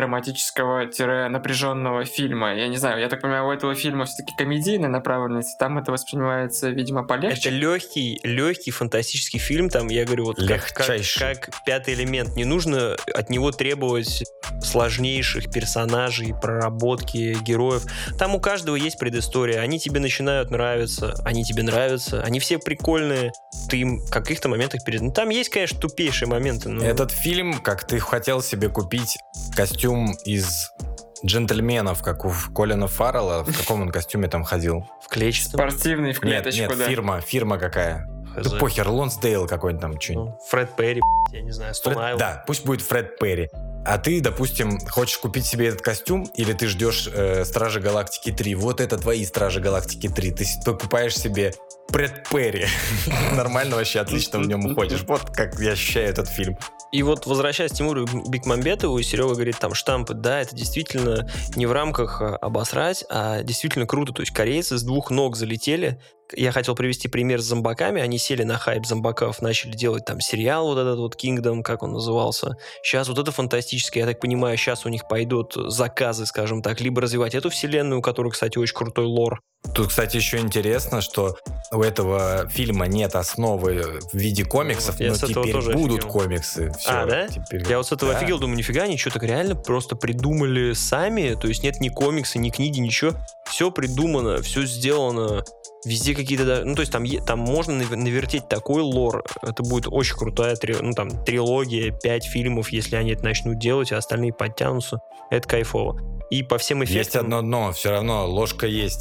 драматического-напряженного фильма. Я не знаю, я так понимаю, у этого фильма все-таки комедийная направленность, там это воспринимается, видимо, полегче. Это легкий фантастический фильм, там, я говорю, вот как «Пятый элемент». Не нужно от него требовать сложнейших персонажей, проработки героев. Там у каждого есть предыстория, они тебе начинают нравиться, они тебе нравятся, они все прикольные, ты им в каких-то моментах там есть, конечно, тупейшие моменты. Но... Этот фильм, как ты хотел себе купить костюм из «Джентльменов», как у Колина Фаррелла. В каком он костюме там ходил? В клетчатом. Спортивный, в клеточку, да. Фирма какая? Да похер, Лонсдейл какой-нибудь там, что-нибудь. Фред Перри, я не знаю, Стоун Айленд. Да, пусть будет Фред Перри. А ты, допустим, хочешь купить себе этот костюм, или ты ждешь «Стражи Галактики 3». Вот это твои «Стражи Галактики 3». Ты покупаешь себе Фред Перри. Нормально вообще, отлично в нем уходишь. Вот как я ощущаю этот фильм. И вот, возвращаясь к Тимуру Бекмамбетову, Серега говорит, там, штампы, да, это действительно не в рамках обосрать, а действительно круто. То есть корейцы с 2 ног залетели. Я хотел привести пример с зомбаками. Они сели на хайп зомбаков, начали делать там сериал вот этот вот Kingdom, как он назывался. Сейчас вот это фантастическое. Я так понимаю, сейчас у них пойдут заказы, скажем так, либо развивать эту вселенную, у которой, кстати, очень крутой лор. Тут, кстати, еще интересно, что у этого фильма нет основы в виде комиксов, вот, но теперь будут комиксы. Все, да? Теперь... Я вот с этого офигел, думаю, нифига, они что, так реально просто придумали сами, то есть нет ни комикса, ни книги, ничего. Все придумано, все сделано. Везде какие-то... Ну, то есть там можно навертеть такой лор. Это будет очень крутая трилогия, 5 фильмов, если они это начнут делать, а остальные подтянутся. Это кайфово. И по всем эффектам... Есть одно дно, все равно ложка есть.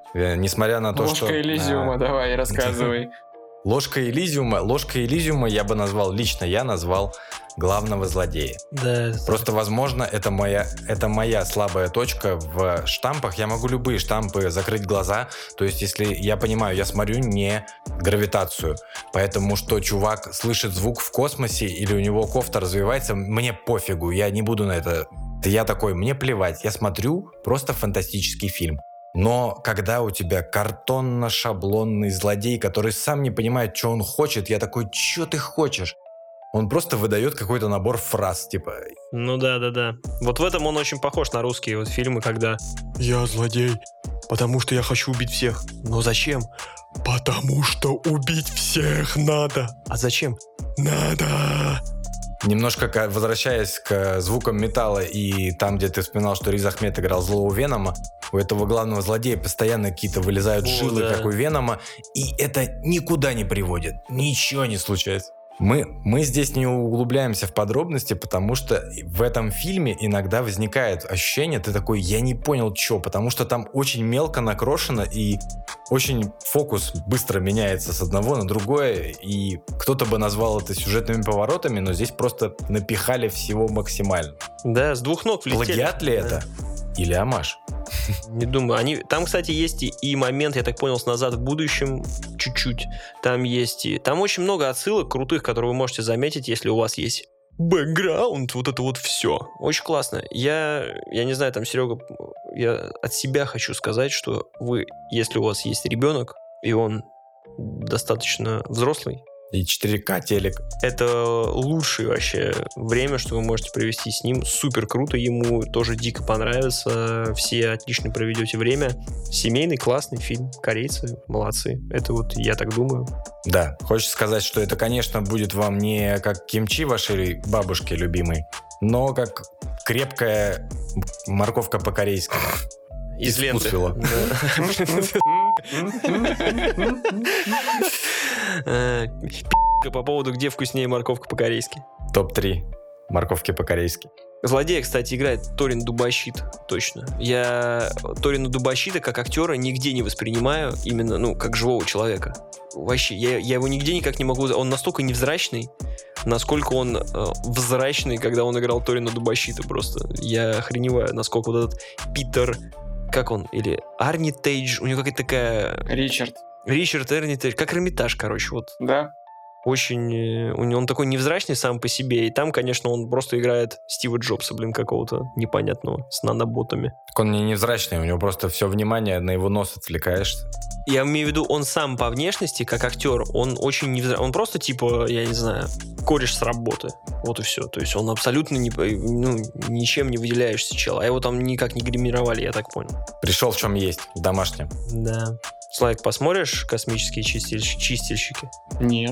Несмотря на то, Ложка что... Ложка Элизиума, давай, рассказывай. Ложка Элизиума я бы назвал, лично я назвал главного злодея. Да. Просто, возможно, это моя слабая точка в штампах. Я могу любые штампы закрыть глаза. То есть, если я понимаю, я смотрю не гравитацию. Поэтому, что чувак слышит звук в космосе или у него кофта развивается, мне пофигу, я не буду на это... Я такой, мне плевать, я смотрю просто фантастический фильм. Но когда у тебя картонно-шаблонный злодей, который сам не понимает, что он хочет, я такой, что ты хочешь? Он просто выдает какой-то набор фраз, типа... Ну да. Вот в этом он очень похож на русские вот фильмы, когда «Я злодей, потому что я хочу убить всех». Но зачем? Потому что убить всех надо. А зачем? Надо. Немножко возвращаясь к звукам металла и там, где ты вспоминал, что Риз Ахмед играл злого Венома, у этого главного злодея постоянно какие-то вылезают жилы, да, как у Венома, и это никуда не приводит. Ничего не случается. Мы здесь не углубляемся в подробности, потому что в этом фильме иногда возникает ощущение, ты такой, я не понял, что, потому что там очень мелко накрошено и очень фокус быстро меняется с одного на другое, и кто-то бы назвал это сюжетными поворотами, но здесь просто напихали всего максимально. Да, с двух ног влетели. Плагиат ли это? Или омаж? Не думаю. Там, кстати, есть и момент, я так понял, с «Назад в будущем» чуть-чуть. Там есть там очень много отсылок крутых, которые вы можете заметить, если у вас есть бэкграунд, вот это вот все. Очень классно. Я не знаю, там, Серега, я от себя хочу сказать, что вы, если у вас есть ребенок, и он достаточно взрослый, и 4К телек. Это лучшее вообще время, что вы можете провести с ним. Супер круто, ему тоже дико понравится. Все отлично проведете время. Семейный, классный фильм. Корейцы молодцы. Это вот я так думаю. Да, хочется сказать, что это, конечно, будет вам не как кимчи вашей бабушки любимой, но как крепкая морковка по-корейски. Из ленты. По поводу «Где вкуснее морковка по-корейски». Топ-3 морковки по-корейски. Злодея, кстати, играет Торин Дубощит. Точно. Я Торина Дубощита как актера нигде не воспринимаю именно, как живого человека. Вообще, я его нигде никак не могу... Он настолько невзрачный, насколько он взрачный, когда он играл Торина Дубощита просто. Я охреневаю, насколько вот этот Питер... Как он? Или Арни Тейдж. У него какая-то такая... Ричард Эрни Тейдж. Как Эрмитаж, короче. Вот. Да. Очень... Он такой невзрачный сам по себе. И там, конечно, он просто играет Стива Джобса, какого-то непонятного, с наноботами. Так он не невзрачный, у него просто все внимание на его нос отвлекаешься. Я имею в виду, он сам по внешности, как актер, он очень невзрачный. Он просто, я не знаю, кореш с работы. Вот и все. То есть он абсолютно ничем не выделяющийся чел. А его там никак не гримировали, я так понял. Пришел в чем есть, в домашнем. Да. Славик, посмотришь «Космические чистильщики»? Нет.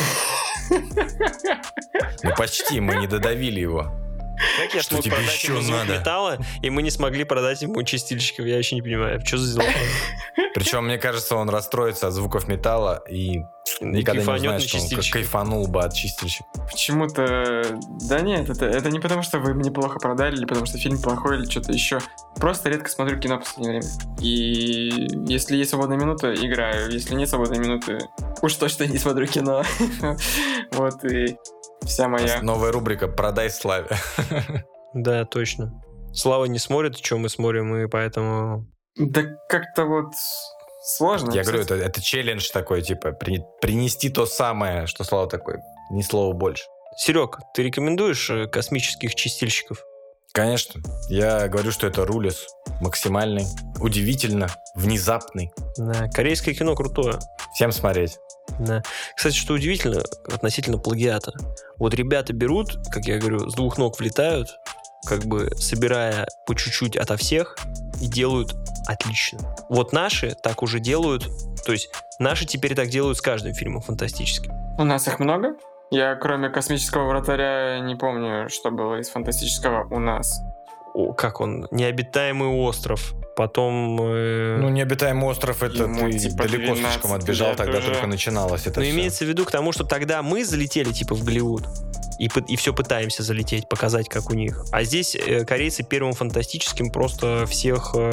Ну почти, мы не додавили его. Как я смог продать ему звук металла, и мы не смогли продать ему чистильщиков? Я вообще не понимаю, что за дела. Причем, мне кажется, он расстроится от звуков металла и никогда не узнает, что он кайфанул бы от чистильщика. Почему-то... Да нет, это не потому, что вы мне плохо продали, или потому что фильм плохой, или что-то еще. Просто редко смотрю кино в последнее время. И если есть свободная минута, играю. Если нет свободной минуты, уж точно не смотрю кино. Вот и... Вся моя... Новая рубрика «Продай Славе». Да, точно. Слава не смотрит, что мы смотрим, и поэтому... Да как-то вот сложно. Я говорю, это челлендж такой, типа, принести то самое, что Слава такой, ни слова больше. Серег, ты рекомендуешь «Космических чистильщиков»? Конечно. Я говорю, что это рулес максимальный, удивительно, внезапный. Да, корейское кино крутое. Всем смотреть. Да. Кстати, что удивительно относительно плагиата. Вот ребята берут, как я говорю, с двух ног влетают, собирая по чуть-чуть ото всех, и делают отлично. Вот наши так уже делают, то есть наши теперь так делают с каждым фильмом фантастическим. У нас их много? Я, кроме «Космического вратаря», не помню, что было из фантастического у нас. Как он? «Необитаемый остров». Потом... «Необитаемый остров» — это ты далеко слишком отбежал, тогда уже... только начиналось это все. Имеется в виду к тому, что тогда мы залетели в Голливуд. И все пытаемся залететь, показать, как у них. А здесь корейцы первым фантастическим просто всех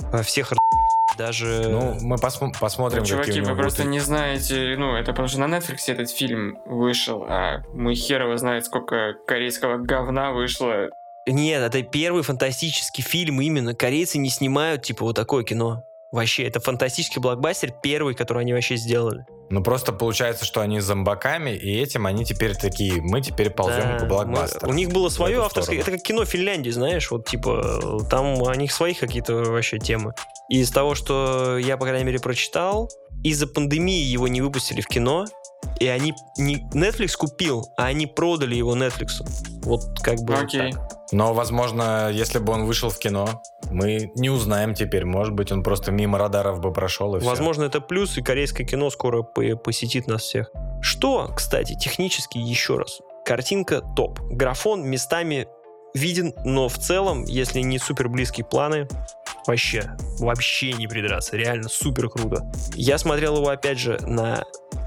всех даже... Ну, мы посмотрим, чуваки, какие у него вы просто будут... не знаете, это потому что на Netflix этот фильм вышел, а мы хер его знает, сколько корейского говна вышло. Нет, это первый фантастический фильм именно. Корейцы не снимают, типа, вот такое кино. Вообще, это фантастический блокбастер, первый, который они вообще сделали. Ну, просто получается, что они зомбаками, и этим они теперь такие, мы теперь ползем к блокбастеру. У них было свое авторское, это как кино Финляндии, знаешь, вот типа, там у них своих какие-то вообще темы. И из того, что я, по крайней мере, прочитал, из-за пандемии его не выпустили в кино, и они не Netflix купил, а они продали его Netflix. Вот как бы Окей. так. Но, возможно, если бы он вышел в кино, мы не узнаем теперь. Может быть, он просто мимо радаров бы прошел, и возможно, это плюс, и корейское кино скоро посетит нас всех. Что, кстати, технически, еще раз, картинка топ. Графон местами виден, но в целом, если не супер близкие планы, вообще не придраться. Реально супер круто. Я смотрел его, опять же, на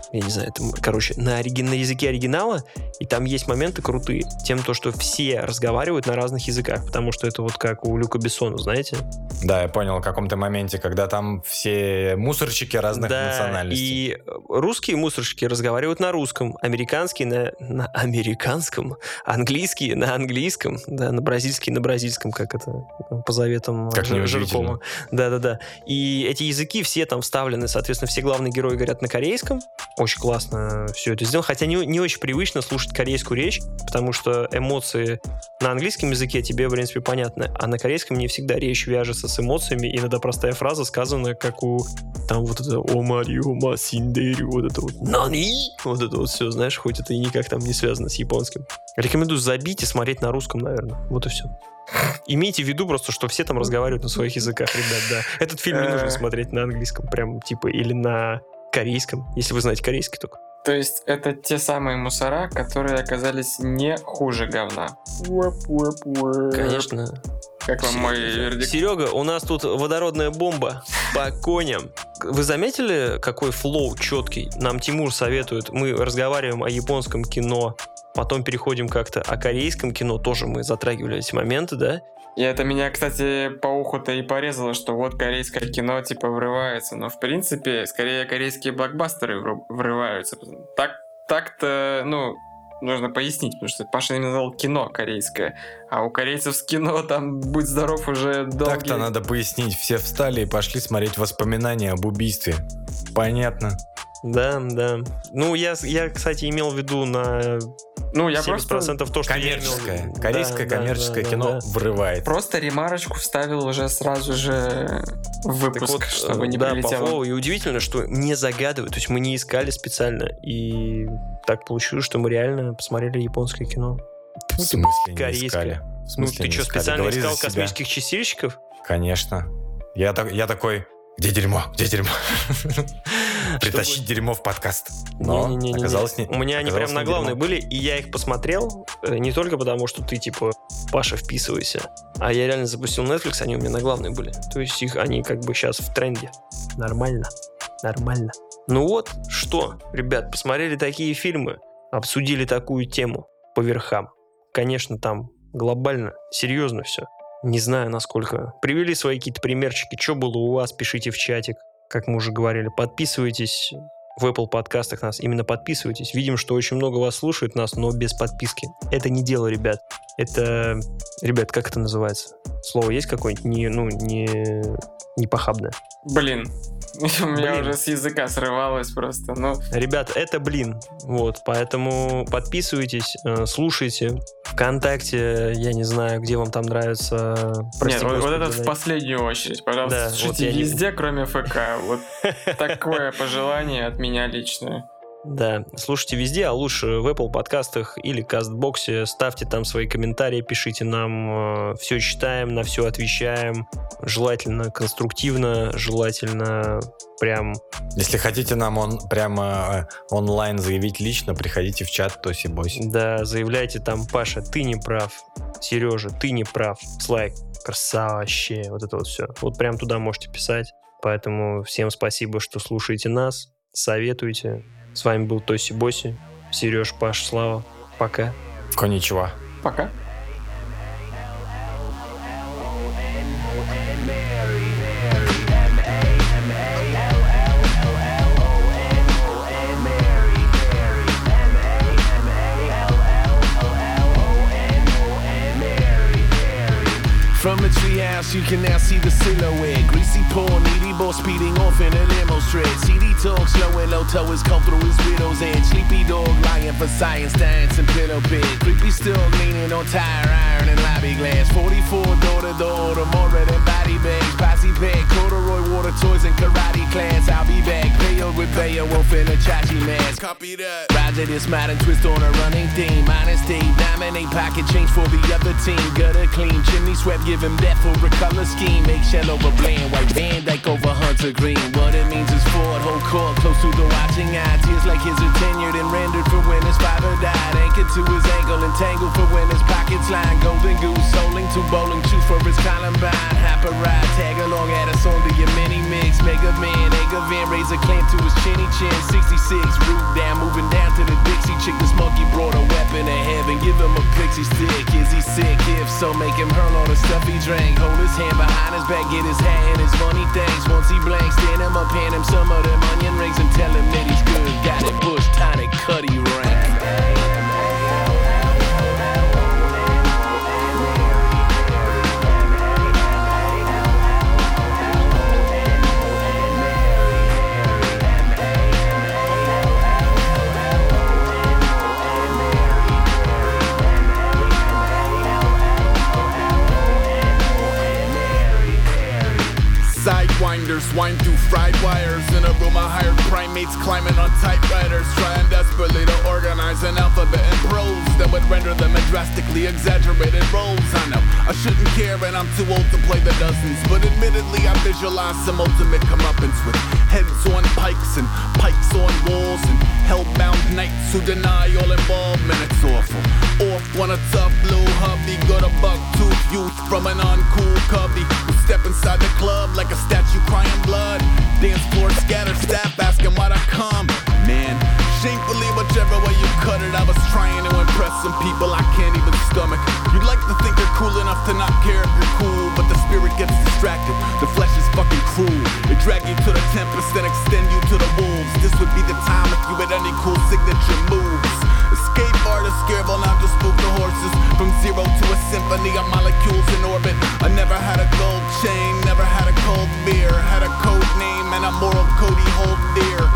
языке оригинала, и там есть моменты крутые. Тем то, что все разговаривают на разных языках, потому что это вот как у Люка Бессона, знаете? Да, я понял, в каком-то моменте, когда там все мусорщики разных национальностей. И русские мусорщики разговаривают на русском, американские на американском, английские на английском, да, на бразильском, как это по заветам Жиркова. Да. И эти языки все там вставлены, соответственно, все главные герои говорят на корейском. Очень классно все это сделано, хотя не очень привычно слушать корейскую речь, потому что эмоции на английском языке тебе, в принципе, понятны, а на корейском не всегда речь вяжется с эмоциями, иногда простая фраза сказана, как у там вот это «Омариома синдерю», вот это вот «Нани», вот это вот все, знаешь, хоть это и никак там не связано с японским. Рекомендую забить и смотреть на русском, наверное, вот и все. Имейте в виду просто, что все там разговаривают на своих языках, ребят, да. Этот фильм не нужно смотреть на английском, прям, типа, или на корейском, если вы знаете корейский только. То есть это те самые мусора, которые оказались не хуже говна. Конечно. Как вам мой вердикт? Серега, у нас тут водородная бомба по коням. Вы заметили, какой флоу четкий? Нам Тимур советует. Мы разговариваем о японском кино, потом переходим как-то о корейском кино. Тоже мы затрагивали эти моменты, да? И это меня, кстати, по уху-то и порезало, что вот корейское кино типа врывается. Но в принципе, скорее корейские блокбастеры врываются. Так-то, нужно пояснить, потому что Паша именно назвал кино корейское, а у корейцев с кино там, будь здоров, уже долгие... Так-то надо пояснить. Все встали и пошли смотреть воспоминания об убийстве. Понятно. Да. Ну, я кстати, имел в виду на... я 70% просто... то, что коммерческое. я имел... Корейское коммерческое кино врывает. Просто ремарочку вставил уже сразу же в выпуск, вот, чтобы не прилетело. По и удивительно, что не загадывают, то есть мы не искали специально, и так получилось, что мы реально посмотрели японское кино. В смысле не искали? Ты что, специально искал космических чистильщиков? Конечно. Я такой... Где дерьмо? Притащить дерьмо в подкаст. Но оказалось не. У меня они прям на главной были, и я их посмотрел не только потому, что ты типа Паша, вписывайся, а я реально запустил Netflix, они у меня на главной были. То есть они как бы сейчас в тренде. Нормально. Ну вот, что, ребят, посмотрели такие фильмы, обсудили такую тему по верхам. Конечно, там глобально, серьезно все. Не знаю, насколько. Привели свои какие-то примерчики. Что было у вас, пишите в чатик. Как мы уже говорили, подписывайтесь в Apple подкастах нас. Именно подписывайтесь. Видим, что очень много вас слушает нас, но без подписки. Это не дело, ребят. Это... Ребят, как это называется? Слово есть какое-нибудь? Не похабное. Блин. У меня уже с языка срывалось просто. Ребят, это блин. Вот, поэтому подписывайтесь, слушайте. ВКонтакте, я не знаю, где вам там нравится. Нет, вот это в последнюю очередь. Пожалуйста, слушайте везде, кроме ФК. Вот такое пожелание от меня лично. Да, слушайте везде, а лучше в Apple подкастах или Кастбоксе. Ставьте там свои комментарии, пишите нам. Все читаем, на все отвечаем. Желательно конструктивно, желательно прям... Если хотите нам прямо онлайн заявить лично, приходите в чат Тоси-Боси. Да, заявляйте там: Паша, ты не прав. Сережа, ты не прав. Слайк, красава вообще. Вот это вот все. Вот прям туда можете писать. Поэтому всем спасибо, что слушаете нас. Советуйте. С вами был Тоси-Боси, Сереж, Паш, Слава. Пока. Коничева. Пока. you can now see the silhouette. Greasy poor, needy boy speeding off in a limo stretch. CD talk, slow and low toe is cold through his widow's edge. Sleepy dog lying for science, dancing pillow pit. Creepy still leaning on tire iron and lobby glass. 44 door to door, more red and body bags. Posse pack, corduroy water toys and karate class. I'll be back, Bayo with Bayo Wolf in a Chachi mask. Copy that. Roger this modern twist on a running theme. Honesty, dominate pocket change for the other team. Gutter clean, chimney swept, give him that for a color scheme. Eggshell over blend, white Van Dyke over Hunter Green. What it means is Ford, whole court, close to the watching eye. Tears like his are tenured and rendered for when his father died. Anchored to his ankle, entangled for when his pockets line. Golden goose, soling to bowling shoes for his Columbine. Hop a ride, tag along, add a song to your mini mix. Mega Man, Egger Van, raise a clamp to his chinny chin. 66, root down, moving down to the Dixie chick. This monkey brought a weapon to heaven, give him a pixie stick. Is he sick? If so, make him hurl all the stuff he drank. Hold his hand behind his back, get his hat and his money thanks. Once he blanks, stand him up, hand him some of them onion rings and tell him that he's good. Got it, Bush, tonic, Cuddy rank. Sidewinders wind through fried wires. In a room of hired primates climbing on typewriters, trying desperately to organize an alphabet in prose that would render them in drastically exaggerated roles. I know I shouldn't care and I'm too old to play the dozens, but admittedly I visualize some ultimate comeuppance with heads on pikes and pikes on walls and hellbound knights who deny all involvement. It's awful. Off on a tough blue hubby, got a buck-tooth youth from an uncool cubby who step inside the club like a statue crying blood. Dance floor scatter, staff asking why'd I come. Man, shamefully, whichever way you cut it, I was trying to impress some people I can't even stomach. You'd like to think you're cool enough to not care if you're cool, but the spirit gets distracted. The flesh is fucking cruel. It drag you to the tempest and extend you to the wolves. This would be the time if you had any cool signature moves. Escape artist, scarable, not to spook the horses. From zero to a symphony of molecules in orbit. I never had a gold chain, never had a cold beer. Had a code name and a moral code he hold dear.